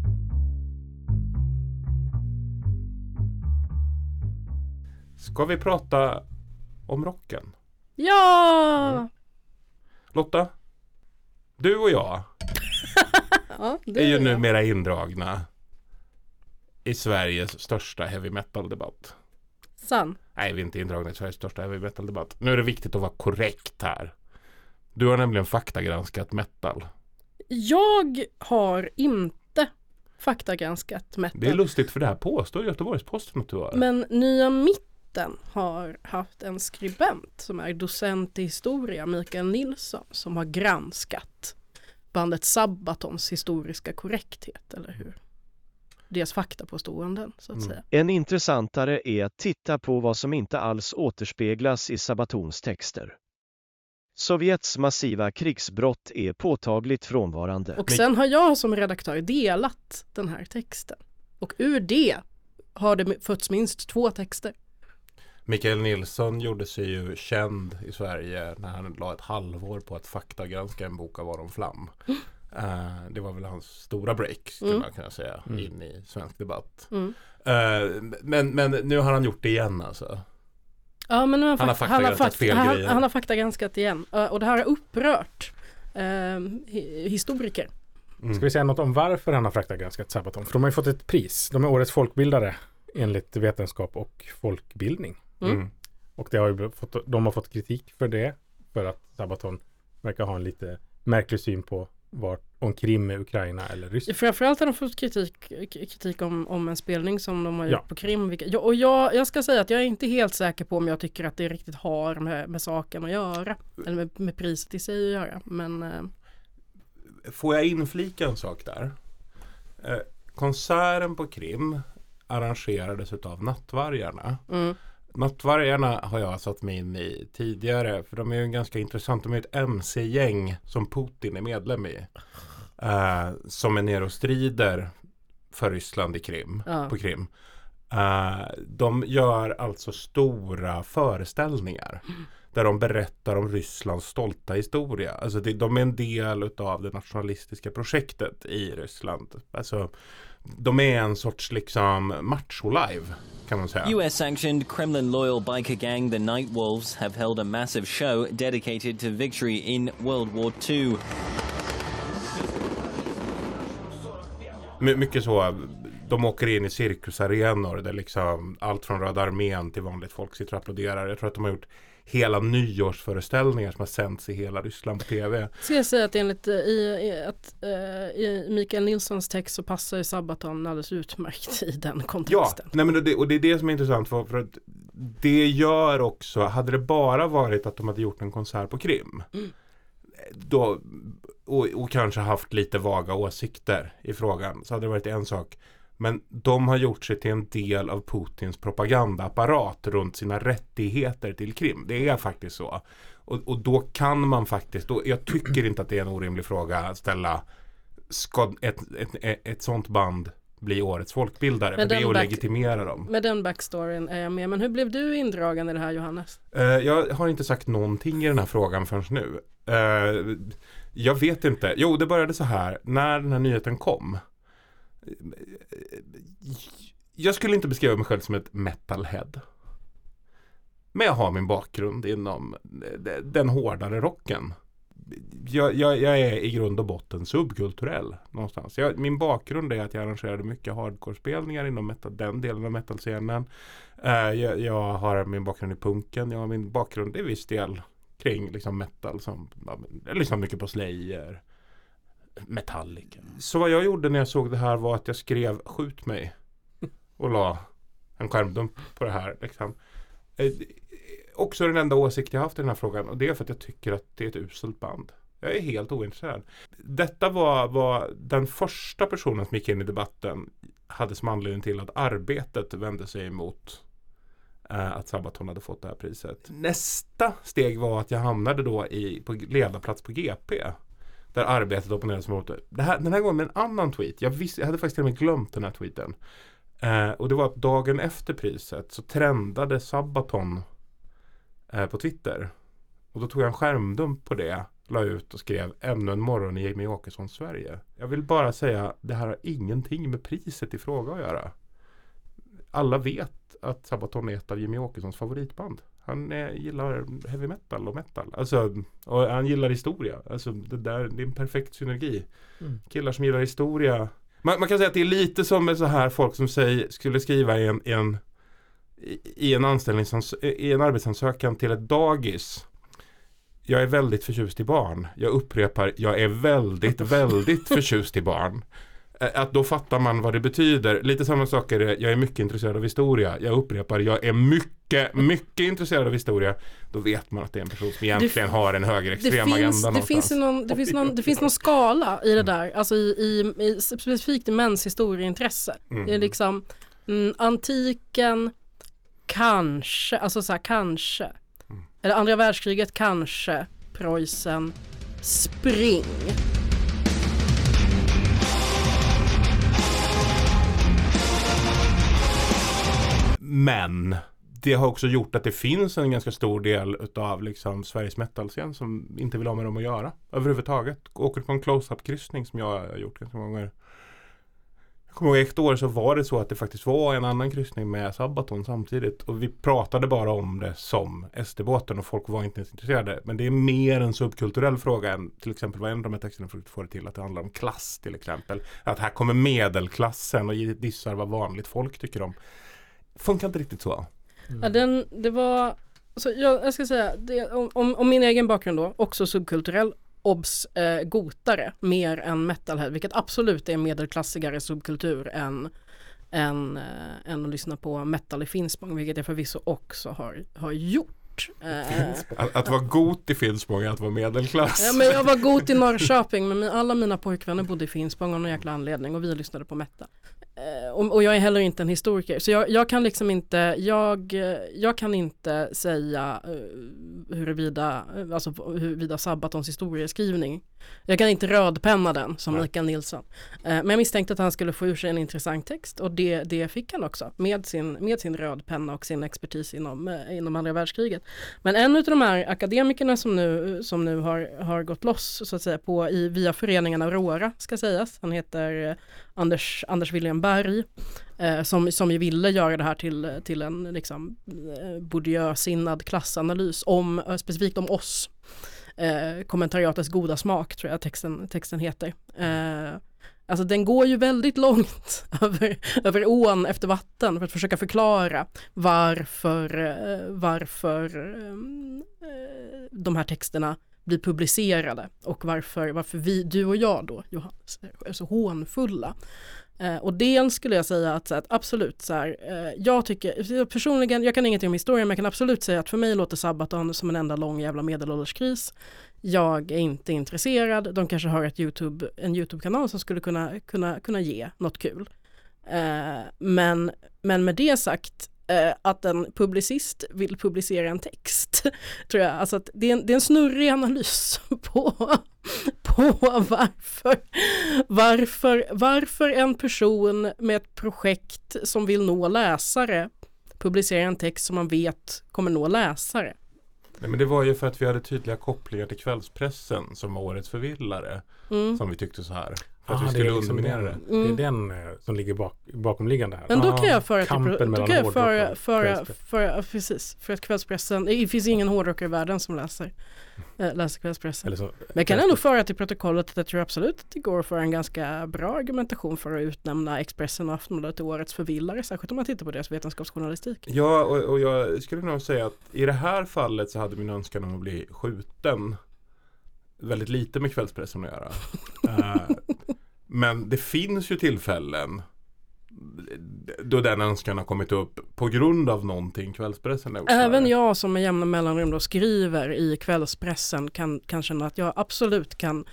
Ska vi prata om rocken? Ja! Mm. Lotta, du och jag ja, är ju numera indragna i Sveriges största heavy metal-debatt. Sann. Nej, vi är inte indragna i Sveriges största heavy metal-debatt. Nu är det viktigt att vara korrekt här. Du har nämligen faktagranskat metal. Jag har inte faktagranskat metal. Det är lustigt för det här påstår Göteborgs-Posten att du har. Men Nya Mitten har haft en skribent som är docent i historia, Mikael Nilsson, som har granskat bandet Sabatons historiska korrekthet, eller hur? Deras faktapåståenden, så att mm. säga. En intressantare är att titta på vad som inte alls återspeglas i Sabatons texter. Sovjets massiva krigsbrott är påtagligt frånvarande. Och sen har jag som redaktör delat den här texten. Och ur det har det fötts minst två texter. Mikael Nilsson gjorde sig ju känd i Sverige när han la ett halvår på att faktagranska en bok av Aron Flam. Mm. Uh, det var väl hans stora break, skulle mm. man kunna säga, mm. in i svensk debatt. Mm. Uh, men, men nu har han gjort det igen alltså. Ja, men nu har han, han, fakt- har han, har fakt- fel han, han har faktagranskat igen. Uh, och det här har upprört uh, hi- historiker. Mm. Ska vi säga något om varför han har faktagranskat Sabaton? För de har ju fått ett pris. De är årets folkbildare enligt vetenskap och folkbildning. Mm. Mm. Och det har ju fått, de har fått kritik för det. För att Sabaton verkar ha en lite märklig syn på var, om Krim är Ukraina eller Ryssland. Framförallt har de fått kritik, kritik om, om en spelning som de har gjort ja. på Krim. Vilka, och jag, jag ska säga att jag är inte helt säker på om jag tycker att det riktigt har med, med saken att göra. Eller med, med priset i sig att göra. Men... får jag inflika en sak där? Eh, konserten på Krim arrangerades utav Nattvargarna. Mm. Nattvargarna har jag satt mig in i tidigare, för de är ju ganska intressanta. De är ett M C-gäng som Putin är medlem i. Uh, som är nere och strider för Ryssland i Krim, ja. på Krim. Uh, de gör alltså stora föreställningar mm. där de berättar om Rysslands stolta historia. Alltså det, de är en del av det nationalistiska projektet i Ryssland. Alltså de är en sorts liksom macho-live, kan man säga. U S-sanctioned Kremlin-loyal biker gang the Night Wolves have held a massive show dedicated to victory in World War Two. My- mycket så, de åker in i cirkusarenor där liksom allt från Röda armén till vanligt folk sitter och applåderar. Jag tror att de har gjort hela nyårsföreställningar som har sänts i hela Ryssland på tv. Ska jag säga att enligt i, i, att, uh, i Mikael Nilssons text så passar ju Sabaton alldeles utmärkt i den kontexten. Ja, nej men det, och det är det som är intressant för, för att det gör också, hade det bara varit att de hade gjort en konsert på Krim mm. då, och, och kanske haft lite vaga åsikter i frågan, så hade det varit en sak. Men de har gjort sig till en del av Putins propagandaapparat runt sina rättigheter till Krim. Det är faktiskt så. Och, och då kan man faktiskt, då, jag tycker inte att det är en orimlig fråga att ställa, ska ett, ett, ett, ett sånt band bli årets folkbildare? För det är att back, legitimera dem. Med den backstoryn är jag med. Men hur blev du indragen i det här, Johannes? Uh, jag har inte sagt någonting i den här frågan förrän nu. Uh, jag vet inte. Jo, det började så här. När den här nyheten kom, jag skulle inte beskriva mig själv som ett metalhead. Men jag har min bakgrund inom den hårdare rocken. Jag, jag, jag är i grund och botten subkulturell någonstans. Jag, min bakgrund är att jag arrangerade mycket hardcore-spelningar inom metal, den delen av metalscenen. Uh, jag, jag har min bakgrund i punken. Jag har min bakgrund i viss del kring liksom metal. Som, jag lyssnar mycket på Slayer, Metallica. Så vad jag gjorde när jag såg det här var att jag skrev skjut mig och la en skärmdump på det här. Liksom. Eh, också den enda åsikt jag haft i den här frågan, och det är för att jag tycker att det är ett uselt band. Jag är helt ointresserad. Detta var, var den första personen som gick in i debatten hade som anledning till att Arbetet vände sig emot eh, att Sabaton hade fått det här priset. Nästa steg var att jag hamnade då i, på ledarplats på G P. Där Arbetet opponerades mot det. Här, den här gången med en annan tweet. Jag, visste, jag hade faktiskt till och med glömt den här tweeten. Eh, och det var att dagen efter priset så trendade Sabaton eh, på Twitter. Och då tog jag en skärmdump på det, la ut och skrev ännu en morgon i Jimmie Åkessons Sverige. Jag vill bara säga, det här har ingenting med priset i fråga att göra. Alla vet att Sabaton är ett av Jimmie Åkessons favoritband. Han är, gillar heavy metal och metal. Alltså, och han gillar historia. Alltså, det, där, det är en perfekt synergi. Mm. Killar som gillar historia. Man, man kan säga att det är lite som med så här folk som säger, skulle skriva i en, i en, i en, anställnings, i en arbetsansökan till ett dagis. Jag är väldigt förtjust i barn. Jag upprepar, jag är väldigt, väldigt förtjust i barn. Att då fattar man vad det betyder. Lite samma saker, jag är mycket intresserad av historia. Jag upprepar, jag är mycket, mycket intresserad av historia. Då vet man att det är en person som egentligen det, har en högerextrem agenda någonstans. Det finns, någon, det, finns någon, det finns någon skala i det där. Alltså i, i, i specifikt i mäns historieintresse. Mm. Det är liksom mm, antiken kanske, alltså så här, kanske. Mm. Eller andra världskriget kanske. Preussen, spring. Men det har också gjort att det finns en ganska stor del av liksom Sveriges metalscen som inte vill ha med dem att göra överhuvudtaget. Åker på en close-up-kryssning som jag har gjort ganska många gånger. Jag kommer ihåg ett år så var det så att det faktiskt var en annan kryssning med Sabaton samtidigt. Och vi pratade bara om det som S D-båten och folk var inte ens intresserade. Men det är mer en subkulturell fråga än till exempel vad en av de här texterna får det till att det handlar om klass till exempel. Att här kommer medelklassen och dissar vad vanligt folk tycker om. Funkar inte riktigt så. Mm. Ja, den, det var, alltså, jag, jag ska säga, det, om, om min egen bakgrund då, också subkulturell, obs, eh, gotare, mer än metalhead, vilket absolut är medelklassigare subkultur än, än, äh, än att lyssna på metal i Finspång, vilket jag förvisso också har, har gjort. bort. Eh, att, att vara god i Finspång är att vara medelklass. Ja, men jag var god i Norrköping, men alla mina pojkvänner bodde i Finspång av någon jäkla anledning och vi lyssnade på metal. Eh, och, och jag är heller inte en historiker, så jag, jag kan liksom inte jag, jag kan inte säga uh, huruvida, alltså, huruvida Sabatons historieskrivning. Jag kan inte rödpenna den som Mikael Nilsson. Eh, men jag misstänkte att han skulle få ur sig en intressant text och det, det fick han också med sin, med sin rödpenna och sin expertis inom, eh, inom andra världskriget. Men en av de här akademikerna som nu, som nu har, har gått loss så att säga på, i, via föreningen Aurora ska sägas, han heter eh, Anders, Anders William Berg, eh, som, som ju ville göra det här till, till en liksom, eh, Bourdieu-sinnad klassanalys om, eh, specifikt om oss. Eh, kommentariatets goda smak tror jag texten, texten heter. Eh, alltså den går ju väldigt långt över, över ån efter vatten för att försöka förklara varför, eh, varför eh, de här texterna blir publicerade och varför, varför vi, du och jag då, Johannes, är så hånfulla. Eh, och dels skulle jag säga att, så att absolut så här, eh, jag tycker personligen, jag kan ingenting om historien, men jag kan absolut säga att för mig låter Sabaton som en enda lång jävla medelålderskris. Jag är inte intresserad. De kanske har ett YouTube, en YouTube-kanal som skulle kunna, kunna, kunna ge något kul. Eh, men, men med det sagt, eh, att en publicist vill publicera en text tror jag, alltså att det är en, det är en snurrig analys på på varför, varför, varför en person med ett projekt som vill nå läsare publicerar en text som man vet kommer nå läsare. Nej, men det var ju för att vi hade tydliga kopplingar till kvällspressen som var årets förvillare mm. som vi tyckte så här. För att ah, vi skulle underminera det. Mm. Det är den uh, som ligger bak, bakomliggande här. Men då kan jag föra Kampen till, mellan då kan jag hårdrock föra, och föra, föra, precis, för att kvällspressen, det finns ingen hårdrockare i världen som läser, äh, läser kvällspressen. Eller så, men jag kan ändå föra till protokollet att jag tror absolut att det går att föra en ganska bra argumentation för att utnämna Expressen och Aftonbladet till årets förvillare, särskilt om man tittar på deras vetenskapsjournalistik. Ja, och, och jag skulle nog säga att i det här fallet så hade min önskan om att bli skjuten väldigt lite med kvällspressen att göra. uh, Men det finns ju tillfällen då den önskan har kommit upp på grund av någonting kvällspressen är. Även jag som med jämna mellanrum då skriver i kvällspressen kan, kan känna att jag absolut kan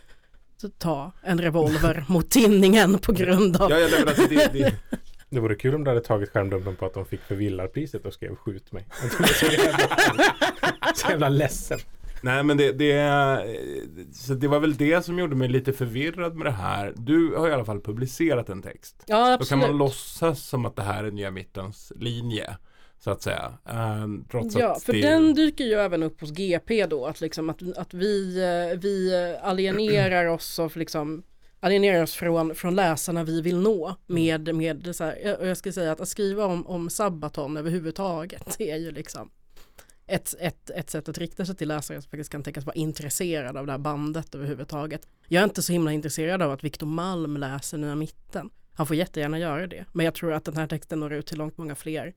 ta en revolver mot tidningen på grund av... Ja, ja, det, alltså, det, det... det vore kul om du hade tagit skärmdumpen på att de fick förvillarpriset och skrev skjut mig. Jag så jävla, så jävla ledsen. Nej, men det, det, så det var väl det som gjorde mig lite förvirrad med det här. Du har i alla fall publicerat en text. Ja, absolut. Då kan man låtsas som att det här är nya mittens linje, så att säga. Um, trots ja, att för det... den dyker ju även upp hos G P då. Att, liksom, att, att vi, vi alienerar oss och liksom alienerar oss från, från läsarna vi vill nå. Med, med så här, jag, jag ska säga att, att skriva om, om Sabaton överhuvudtaget är ju liksom Ett, ett, ett sätt att rikta sig till läsare som faktiskt kan tänkas vara intresserad av det här bandet överhuvudtaget. Jag är inte så himla intresserad av att Victor Malm läser Nya Mitten. Han får jättegärna göra det. Men jag tror att den här texten når ut till långt många fler.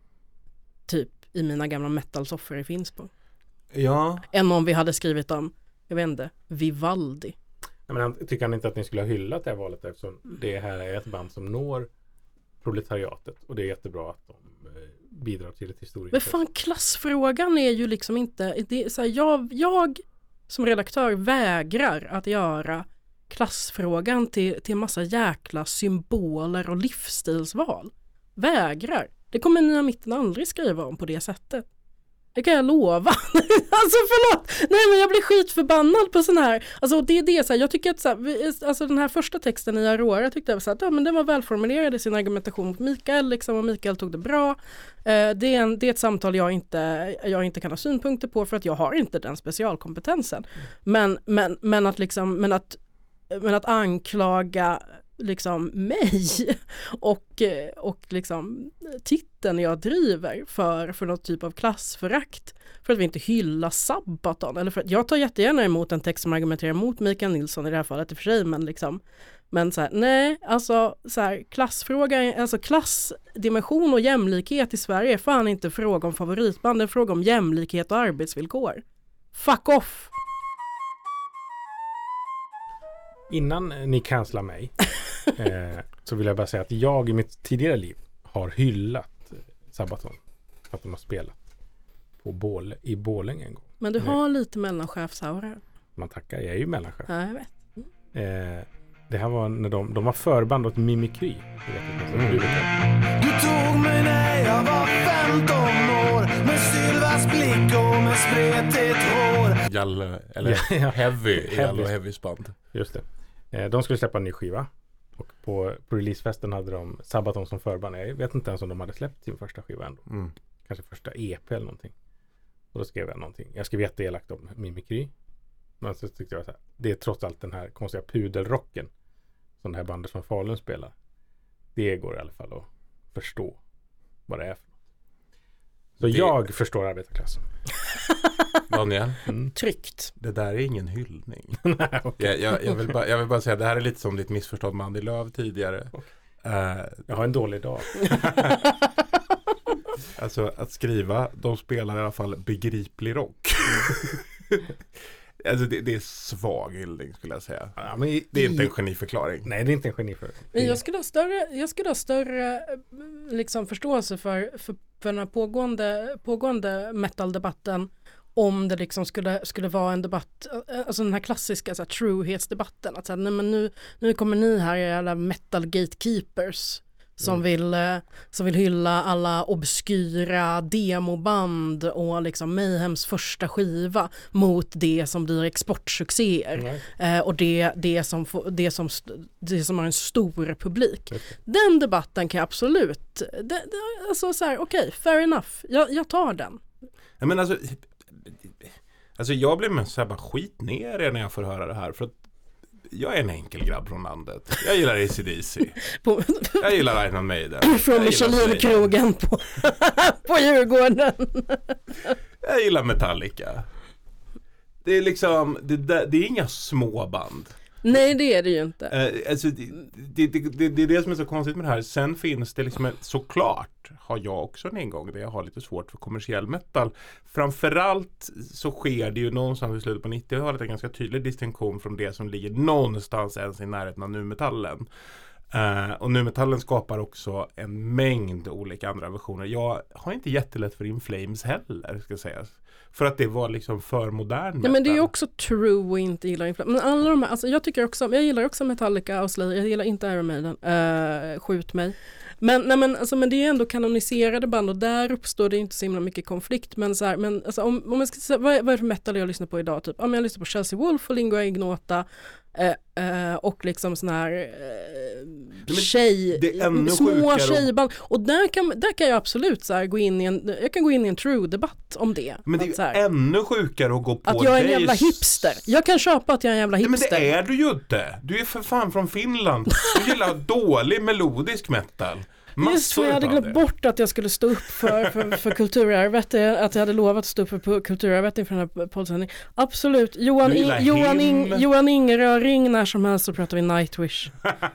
Typ i mina gamla metalsoffer i Finspång. Ja. Än om vi hade skrivit om, jag vet inte, Vivaldi. Nej, men han, tycker han inte att ni skulle ha hyllat det här valet eftersom det här är ett band som når proletariatet och det är jättebra att de bidrar till ett historiskt. Men fan, klassfrågan är ju liksom inte det är så här, jag, jag som redaktör vägrar att göra klassfrågan till, till en massa jäkla symboler och livsstilsval. Vägrar. Det kommer Nya Mitten aldrig skriva om på det sättet. Det kan jag lova. Alltså förlåt. Nej, men jag blir skitförbannad på sån här. Alltså det är det så här, jag tycker att så här, alltså den här första texten i Aurora, jag tyckte jag så att ja, men den var välformulerad i sin argumentation mot Mikael liksom, och Mikael tog det bra. Eh, det är en, det är ett samtal jag inte jag inte kan ha synpunkter på för att jag har inte den specialkompetensen. Men men men att liksom men att men att anklaga liksom mig och, och liksom titeln jag driver för, för något typ av klassförakt för att vi inte hyllar Sabaton eller för att jag tar jättegärna emot en text som argumenterar mot Mikael Nilsson i det här fallet i och för sig, men liksom men så här, nej, alltså så här, klassfråga, alltså klassdimension och jämlikhet i Sverige är fan inte fråga om favoritband, det är fråga om jämlikhet och arbetsvillkor. Fuck off! Innan ni cancelar mig eh, så vill jag bara säga att jag i mitt tidigare liv har hyllat Sabaton för att de har spelat på Bål, i Borlänge en gång. Men du har lite mellanchefsaura. Man tackar, jag är ju mellanchef. Ja, jag vet. Eh, det här var när de, de var förband åt Mimikry. Jag vet inte vad mm. Du tog mig när jag var femton år med Sylvas blick och med spretigt hår. Jalle, eller ja, ja. Heavy, Jalle och Heavys band. Just det. Eh, de skulle släppa en ny skiva. Och på, på releasefesten hade de Sabaton som förband. Jag vet inte ens om de hade släppt sin första skiva ändå. Mm. Kanske första E P eller någonting. Och då skrev jag någonting. Jag skrev jätteelakt om Mimikry. Men så tyckte jag så här, det är trots allt den här konstiga pudelrocken som det här bandet från Falun spelar. Det går i alla fall att förstå vad det är för något. Så det... jag förstår arbetarklassen. Daniel? Mm. Tryckt. Det där är ingen hyllning. Nej, okay. jag, jag, jag, vill bara, jag vill bara säga, det här är lite som ditt missförstådd med Andy Lööf tidigare. Okay. Uh, jag har en dålig dag. Alltså att skriva, de spelar i alla fall begriplig rock. Alltså det, det är svag hyllning skulle jag säga. Ja, men i, det är inte en geniförklaring. Nej, det är inte en geniförklaring. Men jag skulle ha större, jag skulle ha större liksom, förståelse för, för, för den här pågående, pågående metal-debatten om det liksom skulle, skulle vara en debatt, alltså den här klassiska så här, truhetsdebatten. Att så här, nej, men nu, nu kommer ni här i alla metal gatekeepers som, mm. vill, som vill hylla alla obskyra demoband och liksom Mayhems första skiva mot det som blir exportsuccéer. Mm. Eh, och det, det, som får, det, som, det som har en stor publik. Mm. Den debatten kan jag absolut, det, det, alltså så här, okej, okay, fair enough. Jag, jag tar den. Ja, men alltså, alltså jag blir mest så här bara skit ner er när jag får höra det här, för att jag är en enkel grabb från landet. Jag gillar A C D C. Jag gillar Iron Maiden. Från Michelin-krogen på, på Djurgården. Jag gillar Metallica. Det är liksom, det, det är inga små band. Nej, det är det ju inte. Uh, alltså, det, det, det, det är det som är så konstigt med det här. Sen finns det liksom, såklart har jag också en ingång där jag har lite svårt för kommersiell metal. Framförallt så sker det ju någonstans i slutet på nittiotalet en ganska tydlig distinktion från det som ligger någonstans ens i närheten av nu-metallen. Uh, och nu-metallen skapar också en mängd olika andra versioner. Jag har inte jättelätt för In Flames heller, ska sägas. För att det var liksom för modern. Ja, men det är ju också true och inte gillar In Flames. Men alla de här, alltså jag tycker också, jag gillar också Metallica och Slayer. Jag gillar inte Iron Maiden. Uh, skjut mig. Men, nej, men, alltså, men det är ändå kanoniserade band och där uppstår det inte så himla mycket konflikt. Men, så här, men alltså, om, om jag ska säga, vad är, vad är det för metal jag lyssnar på idag? Typ? Om jag lyssnar på Chelsea Wolf och Lingua Ignota eh, eh, och liksom sån här eh, tjej, små tjejband. Och där kan, där kan jag absolut så här, gå in i en, jag kan gå in i en true-debatt om det. Men det är att, så här, ännu sjukare att gå på att jag är en jävla hipster. Jag kan köpa att jag är en jävla hipster. Nej, men det är du ju inte. Du är för fan från Finland. Du gillar dålig melodisk metal. Just för jag hade glömt bort att jag skulle stå upp för, för, för kulturarvet, att jag hade lovat att stå upp för kulturarvet inför den här poddsändningen. Absolut. Johan, In, Johan, In, Johan Ingerö, ring när som helst så pratar vi Nightwish.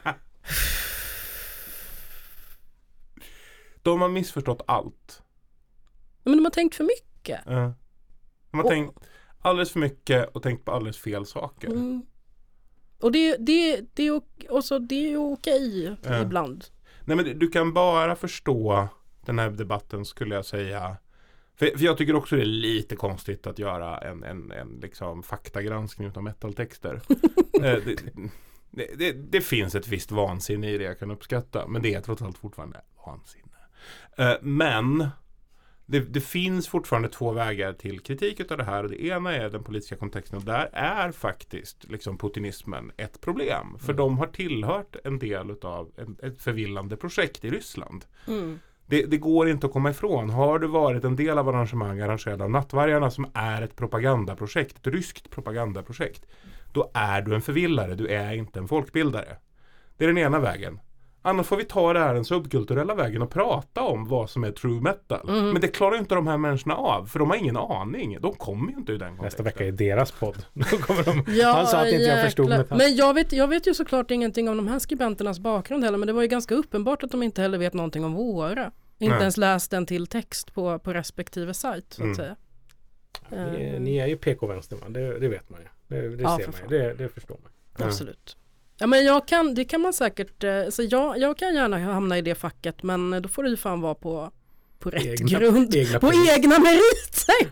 De har missförstått allt. Men de har tänkt för mycket. Ja. De har och, tänkt alldeles för mycket och tänkt på alldeles fel saker. Mm. Och det, det, det, är, och så, det är ju okej ja. ibland. Nej, men du kan bara förstå den här debatten, skulle jag säga. För, för jag tycker också det är lite konstigt att göra en, en, en liksom faktagranskning av metaltexter. eh, det, det, det, det finns ett visst vansinne i det jag kan uppskatta, men det är trots allt fortfarande vansinne. Eh, men det, det finns fortfarande två vägar till kritik av det här. Det ena är den politiska kontexten och där är faktiskt liksom putinismen ett problem. För mm. de har tillhört en del av en, ett förvillande projekt i Ryssland. Mm. Det, det går inte att komma ifrån. Har du varit en del av arrangemang arrangerade av Nattvargarna som är ett propagandaprojekt, ett ryskt propagandaprojekt, då är du en förvillare. Du är inte en folkbildare. Det är den ena vägen. Annars får vi ta det här den subkulturella vägen och prata om vad som är true metal. Mm. Men det klarar inte de här människorna av, för de har ingen aning. De kommer ju inte ur den kontexten. Nästa vecka är deras podd. Då kommer de, ja, han sa att inte jag förstod metal. Men jag vet, jag vet ju såklart ingenting om de här skribenternas bakgrund heller, men det var ju ganska uppenbart att de inte heller vet någonting om våra. Inte Nej. ens läst den till text på, på respektive sajt, så att mm. säga. Ja, ni, är, ni är ju P K-vänsterman, det, det vet man ju. Det, det ja, ser man ju, det, det förstår man. Ja. Absolut. Ja, men jag kan, det kan man säkert, så jag, jag kan gärna hamna i det facket, men då får det ju fan vara på, på rätt Egna- grund. egna på premisser. egna meriter.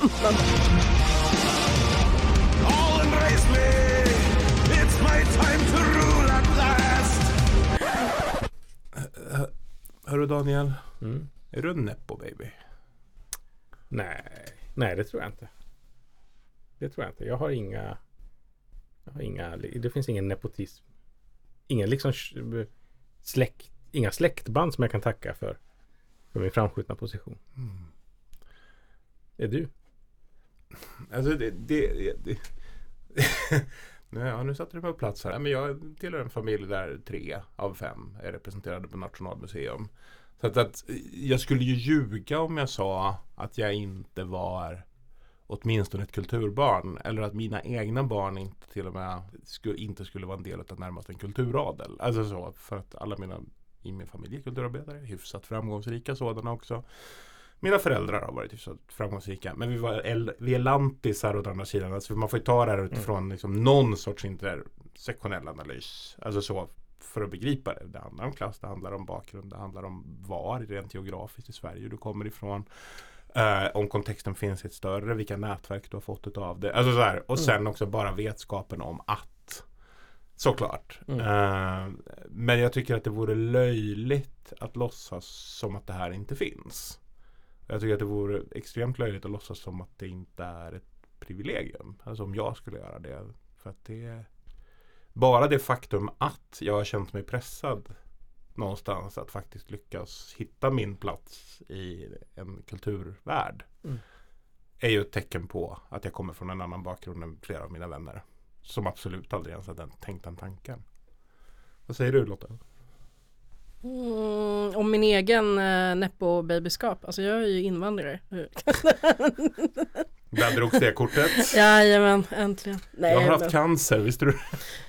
All embrace me. It's my time to rule at last. Hörru Daniel, Mm. är du en nepo baby? Nej, nej det tror jag inte. Det tror jag inte. Jag har inga, jag har inga det finns ingen nepotism. Ingen liksom släkt, inga släktband som jag kan tacka för för min framskjutna position. Mm. Är du? Alltså det... det, det nu, ja, nu satte du mig på plats här. Men jag tillhör en familj där tre av fem är representerade på Nationalmuseum. Så att, att jag skulle ju ljuga om jag sa att jag inte var åtminstone ett kulturbarn. Eller att mina egna barn inte till och med skulle, inte skulle vara en del av närmast en kulturadel. Alltså så, för att alla mina i min familj är kulturarbetare, hyfsat framgångsrika sådana också. Mina föräldrar har varit hyfsat framgångsrika, men vi, var el- vi är lantisar åt andra sidan. Alltså man får ju ta det här utifrån mm. liksom, någon sorts intersektionell analys. Alltså så, för att begripa det. Det handlar om klass, det handlar om bakgrund, det handlar om var rent geografiskt i Sverige du kommer ifrån. Uh, om kontexten finns ett större, vilka nätverk du har fått av det. Alltså så här. Och sen mm. också bara vetskapen om att. Såklart. Mm. Uh, men jag tycker att det vore löjligt att låtsas som att det här inte finns. Jag tycker att det vore extremt löjligt att låtsas som att det inte är ett privilegium. Alltså om jag skulle göra det. För att det bara det faktum att jag har känt mig pressad någonstans att faktiskt lyckas hitta min plats i en kulturvärld mm. är ju ett tecken på att jag kommer från en annan bakgrund än flera av mina vänner som absolut aldrig ens hade tänkt den tanken. Vad säger du, Lotta? Mm, om min egen äh, nepo-babyskap. Alltså jag är ju invandrare. Där drogs det kortet. Jajamän, äntligen. Nej, jag har haft men... cancer, visste du?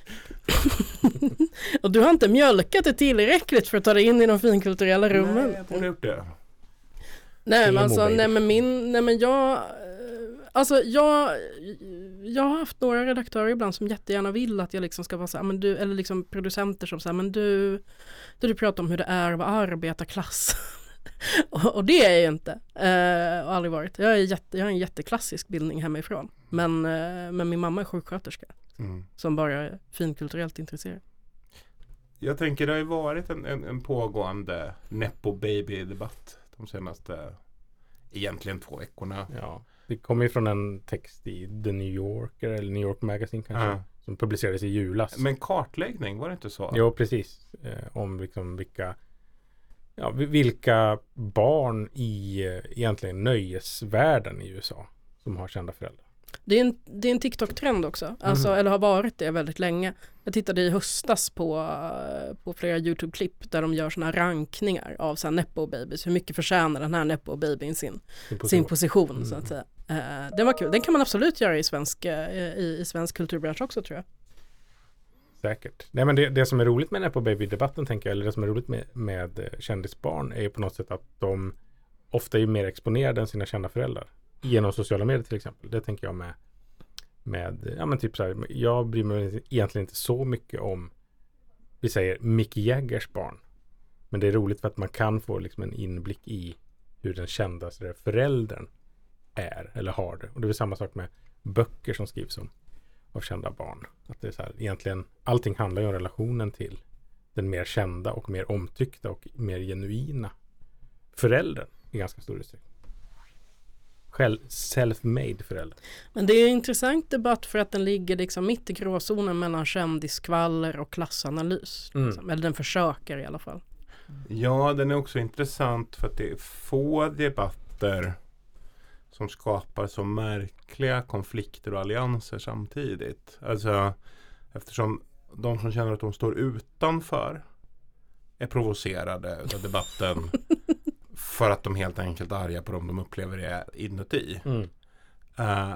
Och du har inte mjölkat det tillräckligt för att ta dig in i de finkulturella rummen. Nej, jag borde gjort det. Nej, men alltså, nej men min, nej men jag, alltså jag, jag har haft några redaktörer ibland som jättegärna vill att jag liksom ska vara så här, men du, eller liksom producenter som säger, men du, du, du pratar om hur det är att vara arbetarklass. och, och det är jag ju inte, uh, och aldrig varit. Jag, är jätte, jag har en jätteklassisk bildning hemifrån, men, uh, men min mamma är sjuksköterska mm. som bara är finkulturellt intresserad. Jag tänker det har ju varit en, en, en pågående nepo-baby-debatt de senaste egentligen två veckorna. Ja, det kommer ju från en text i The New Yorker eller New York Magazine kanske uh. som publicerades i julas. Men kartläggning, var det inte så? Jo, precis. Eh, om liksom vilka ja, vilka barn i eh, egentligen nöjesvärlden i U S A som har kända föräldrar. Det är en, det är en TikTok-trend också. Alltså, mm. Eller har varit det väldigt länge. Jag tittade i höstas på, på flera YouTube-klipp där de gör såna rankningar av så här nepo-babies. Hur mycket förtjänar den här nepo-babyn sin, sin, sin position, mm. så att säga. Uh, den var kul. Den kan man absolut göra i svensk, uh, i, i svensk kulturbransch också, tror jag. Säkert. Nej, men det, det som är roligt med nepo-baby-debatten, tänker jag, eller det som är roligt med, med kändisbarn är ju på något sätt att de ofta är mer exponerade än sina kända föräldrar. Genom sociala medier till exempel. Det tänker jag med, med ja men typ så här, jag bryr mig egentligen inte så mycket om, vi säger Mick Jaggers barn. Men det är roligt för att man kan få liksom en inblick i hur den kända så där, föräldern är eller har det. Och det är samma sak med böcker som skrivs om av kända barn. Att det är så här, egentligen allting handlar ju om relationen till den mer kända och mer omtyckta och mer genuina föräldern i ganska stor utsträckning. Själv, self-made förälder. Men det är en intressant debatt för att den ligger liksom mitt i gråzonen mellan kändiskvaller och klassanalys. Mm. Liksom. Eller den försöker i alla fall. Ja, den är också intressant för att det är få debatter som skapar så märkliga konflikter och allianser samtidigt. Alltså, eftersom de som känner att de står utanför är provocerade av debatten för att de helt enkelt är arga på dem de upplever det inuti. Mm. Uh,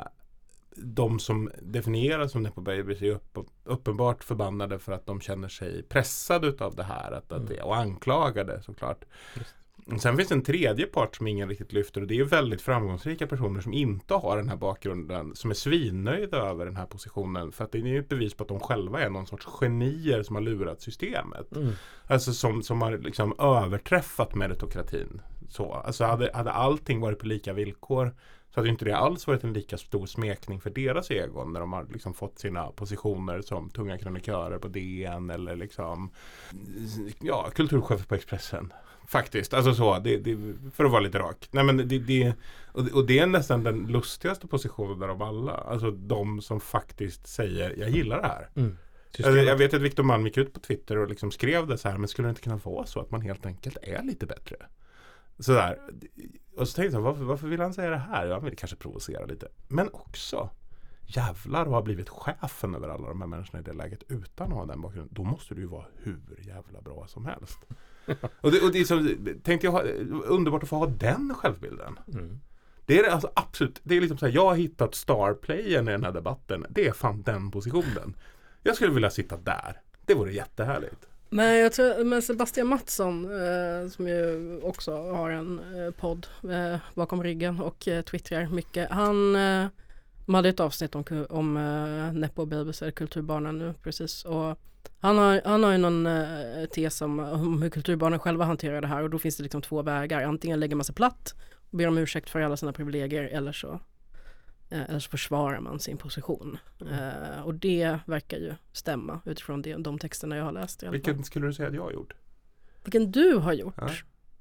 de som definieras som nepo-babies är upp, uppenbart förbannade för att de känner sig pressade utav det här att, att, mm. och anklagade såklart. Sen finns en tredje part som ingen riktigt lyfter och det är väldigt framgångsrika personer som inte har den här bakgrunden, som är svinnöjda över den här positionen för att det är ett bevis på att de själva är någon sorts genier som har lurat systemet. Mm. Alltså som, som har liksom överträffat meritokratin. så. Alltså hade, hade allting varit på lika villkor så hade inte det alls varit en lika stor smekning för deras egon när de har liksom fått sina positioner som tunga kronikörer på D N eller liksom ja, kulturchef på Expressen. Faktiskt, alltså så, det, det, för att vara lite rak. Nej, men det, det, och, och det är nästan den lustigaste positionen av alla. Alltså de som faktiskt säger, jag gillar det här. Mm. Alltså, jag vet att Victor Malm gick ut på Twitter och liksom skrev det så här, men skulle det inte kunna vara så att man helt enkelt är lite bättre? Sådär. Och så tänkte jag, varför, varför vill han säga det här? Jag vill kanske provocera lite. Men också, jävlar har blivit chefen över alla de här människorna i det läget utan att ha den bakgrunden. Då måste du ju vara hur jävla bra som helst. och, det, och det är så, tänkte jag, ha, underbart att få ha den självbilden. Mm. Det är alltså absolut, det är liksom så här, jag har hittat starplayen i den här debatten. Det är fan den positionen. Jag skulle vilja sitta där. Det vore jättehärligt. Men jag tror, men Sebastian Mattsson eh, som ju också har en eh, podd eh, bakom ryggen och eh, twittrar mycket. Han eh, hade ett avsnitt om, om eh, Nepo Babies eller kulturbarnen nu precis. Och han har, han har ju någon eh, tes om, om hur kulturbarnen själva hanterar det här. Och då finns det liksom två vägar. Antingen lägger man sig platt och ber om ursäkt för alla sina privilegier eller så eller så försvarar man sin position. Mm. Uh, och det verkar ju stämma utifrån det, de texterna jag har läst. Vilken skulle du säga att jag har gjort? Vilken du har gjort? Ja.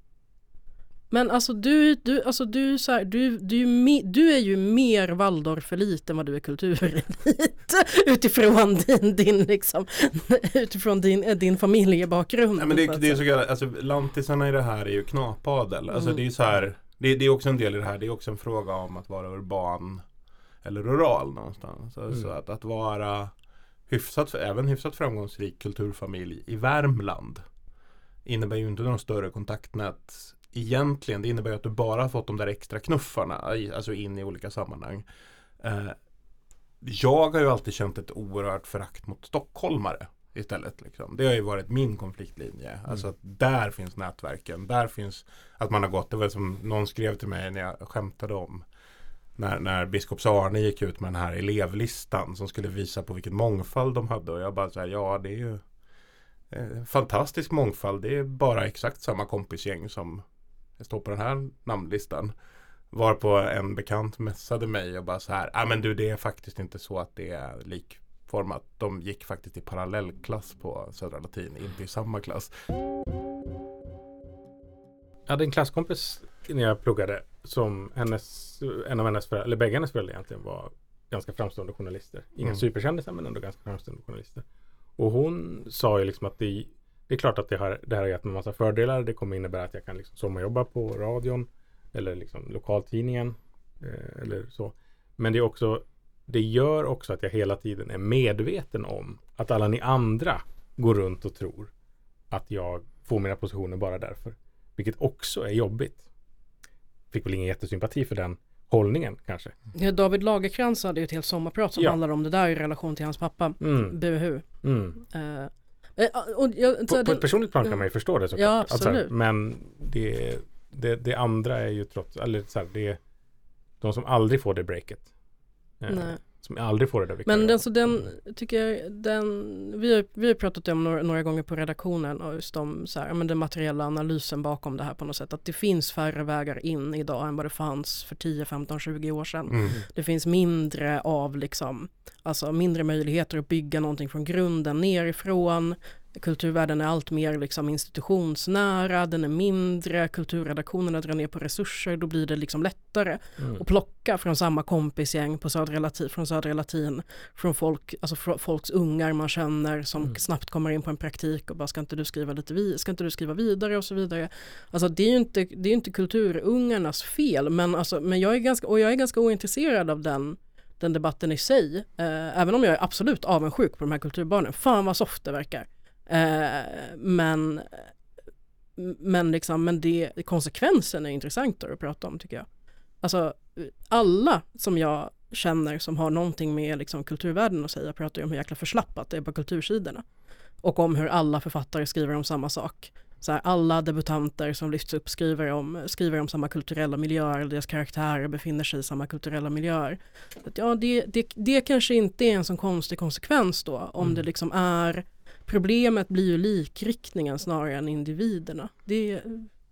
Men alltså du, du, alltså du, så här, du, du, me, du är ju mer Waldorf-elit än vad du är kulturelit utifrån din, din, liksom, utifrån din, din familjebakgrund. Ja, men det, det är så kallat, alltså lantisarna i det här är ju knapadel. Alltså mm. det är så här, det, det är också en del i det här, det är också en fråga om att vara urban eller rural någonstans. Mm. Så att, att vara hyfsat, även hyfsat framgångsrik kulturfamilj i Värmland innebär ju inte någon större kontaktnät egentligen. Det innebär ju att du bara har fått de där extra knuffarna, alltså in i olika sammanhang. Eh, jag har ju alltid känt ett oerhört förakt mot stockholmare istället. Liksom. Det har ju varit min konfliktlinje. Mm. Alltså att där finns nätverken. Där finns att man har gått, det var som någon skrev till mig när jag skämtade om När, när biskops Arne gick ut med den här elevlistan som skulle visa på vilken mångfald de hade. Och jag bara så här, ja det är ju eh, fantastisk mångfald. Det är bara exakt samma kompisgäng som står på den här namnlistan. Varpå en bekant mässade mig och bara så här, ja ah, men du det är faktiskt inte så att det är likformat. De gick faktiskt i parallellklass på Södra Latin, inte i samma klass. Jag hade en klasskompis när jag pluggade som hennes, en av hennes föräldrar, eller bägge hennes föräldrar egentligen var ganska framstående journalister. Inga mm. superkändisar men ändå ganska framstående journalister. Och hon sa ju liksom att det, det är klart att det, har, det här har gett mig en massa fördelar. Det kommer innebära att jag kan liksom sommarjobba på radion eller liksom lokaltidningen eh, eller så. Men det är också, det gör också att jag hela tiden är medveten om att alla ni andra går runt och tror att jag får mina positioner bara därför. Vilket också är jobbigt. Fick väl ingen jättesympati för den hållningen kanske. Ja, David Lagercrantz hade ju ett helt sommarprat som ja. handlar om det där i relation till hans pappa. Mm. Buhu. Mm. Uh, och jag, på, på ett personligt plan kan man ju förstå det såklart. Ja, absolut. Alltså, men det, det, det andra är ju trots eller så här, det är de som aldrig får det breaket. Uh, Nej. Som aldrig får det där. Men den, så den tycker jag, den, vi, har, vi har pratat om några, några gånger på redaktionen och just om så här, men den materiella analysen bakom det här på något sätt. Att det finns färre vägar in idag än vad det fanns för tio, femton, tjugo år sedan. Mm. Det finns mindre av liksom, alltså mindre möjligheter att bygga någonting från grunden nerifrån. Kulturvärlden är allt mer liksom institutionsnära, den är mindre, kulturredaktionerna drar ner på resurser, då blir det liksom lättare mm. att plocka från samma kompisgäng på Södra Latin, från Södra Latin, från folk, alltså från folks ungar man känner som mm. snabbt kommer in på en praktik och bara ska inte du skriva lite vi, ska inte du skriva vidare och så vidare. Alltså det är ju inte, det är ju inte kulturungarnas fel, men alltså, men jag är ganska, och jag är ganska ointresserad av den den debatten i sig, eh, även om jag är absolut avundsjuk på de här kulturbarnen. Fan vad soft det verkar. Eh, men men liksom men det, konsekvensen är intressantare att prata om tycker jag. Alltså alla som jag känner som har någonting med liksom kulturvärlden att säga pratar ju om hur jäkla förslappat det är på kultursidorna och om hur alla författare skriver om samma sak. Så här, alla debutanter som lyfts upp skriver om, skriver om samma kulturella miljöer, deras karaktärer befinner sig i samma kulturella miljöer. Så att, ja, det, det, det kanske inte är en sån konstig konsekvens då om mm. det liksom är. Problemet blir ju likriktningen snarare än individerna. Det är...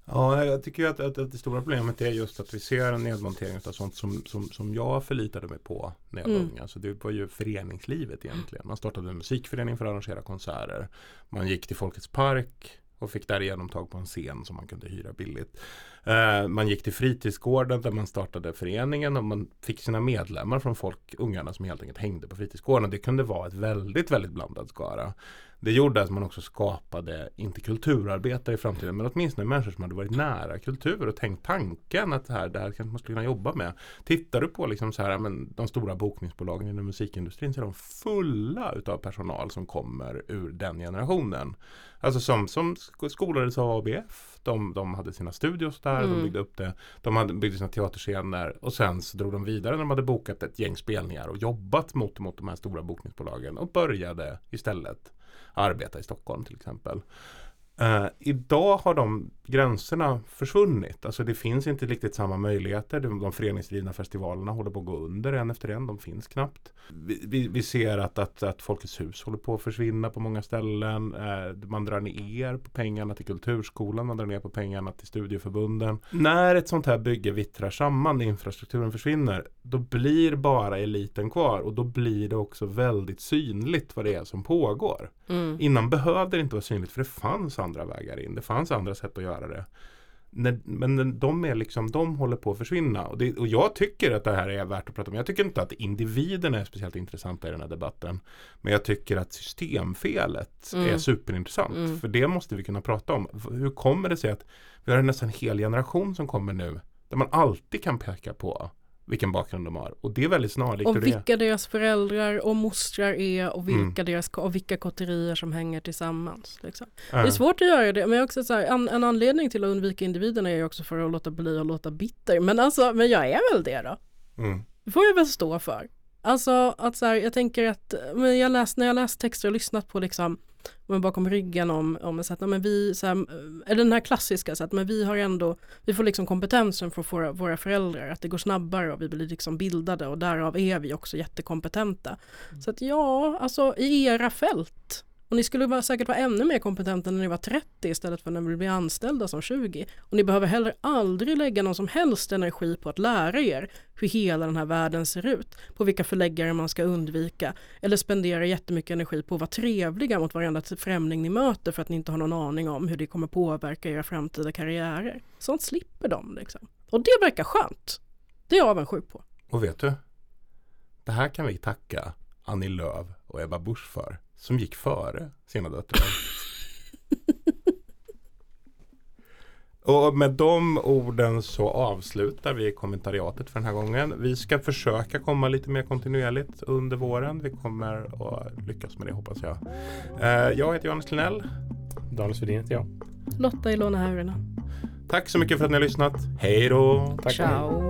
Ja, jag tycker ju att, att, att det stora problemet är just att vi ser en nedmontering av sånt som, som, som jag förlitade mig på när jag var Mm. ung. Alltså det var ju föreningslivet egentligen. Man startade en musikförening för att arrangera konserter. Man gick till Folkets park och fick därigenom tag på en scen som man kunde hyra billigt. Eh, man gick till fritidsgården där man startade föreningen och man fick sina medlemmar från folk, ungarna som helt enkelt hängde på fritidsgården. Det kunde vara ett väldigt, väldigt blandad skara. Det gjorde att man också skapade, inte kulturarbetare i framtiden, men åtminstone människor som hade varit nära kultur och tänkt tanken att det här, det här kanske man skulle kunna jobba med. Tittar du på liksom så här, men de stora bokningsbolagen inom musikindustrin så är de fulla utav personal som kommer ur den generationen. Alltså som, som skolades av A B F, de, de hade sina studios där, Mm. de byggde upp det, de hade byggde sina teaterscener och sen så drog de vidare när de hade bokat ett gäng spelningar och jobbat mot, mot de här stora bokningsbolagen och började istället arbeta i Stockholm till exempel. Uh, idag har de gränserna försvunnit. Alltså det finns inte riktigt samma möjligheter. De, de föreningsdrivna festivalerna håller på att gå under en efter en. De finns knappt. Vi, vi, vi ser att, att, att Folkets hus håller på att försvinna på många ställen. Uh, man drar ner på pengarna till kulturskolan. Man drar ner på pengarna till studieförbunden. När ett sånt här bygge vittrar samman, infrastrukturen försvinner, då blir bara eliten kvar. Och då blir det också väldigt synligt vad det är som pågår. Mm. Innan behövde det inte vara synligt för det fanns andra vägar in. Det fanns andra sätt att göra det. När, men de är liksom, de håller på att försvinna. Och, det, och jag tycker att det här är värt att prata om. Jag tycker inte att individerna är speciellt intressanta i den här debatten. Men jag tycker att systemfelet Mm. är superintressant. Mm. För det måste vi kunna prata om. Hur kommer det sig att vi har nästan en hel generation som kommer nu där man alltid kan peka på vilken bakgrund de har. Och det är väldigt snarlikt. Och hur vilka det är. deras föräldrar och mostrar är och vilka, Mm. deras, och vilka kotterier som hänger tillsammans. Liksom. Ja. Det är svårt att göra det, men också så här, en, en anledning till att undvika individerna är ju också för att låta bli att låta bitter. Men alltså, men jag är väl det då. Mm. Det får jag väl stå för. Alltså att så här, jag tänker att men jag läst, när jag läst texter och lyssnat på liksom men bakom ryggen om, om så att, men vi, så här, eller den här klassiska så att men vi har ändå, vi får liksom kompetensen från våra, våra föräldrar, att det går snabbare och vi blir liksom bildade och därav är vi också jättekompetenta. Mm. Så att ja, alltså i era fält. Och ni skulle vara, säkert vara ännu mer kompetenta när ni var trettio istället för när ni blir anställda som tjugo. Och ni behöver heller aldrig lägga någon som helst energi på att lära er hur hela den här världen ser ut. På vilka förläggare man ska undvika. Eller spendera jättemycket energi på att vara trevliga mot varenda främling ni möter för att ni inte har någon aning om hur det kommer påverka era framtida karriärer. Sånt slipper de liksom. Och det verkar skönt. Det är jag avundsjuk på. Och vet du? Det här kan vi tacka Annie Lööf och Ebba Busch för. Som gick före sina döttrar. Och med de orden så avslutar vi kommentariatet för den här gången. Vi ska försöka komma lite mer kontinuerligt under våren. Vi kommer att lyckas med det, hoppas jag. Jag heter Johannes Klenell. Daniel Svedin heter jag. Lotta Ilona Häyrynen. Tack så mycket för att ni har lyssnat. Hej då! Ciao!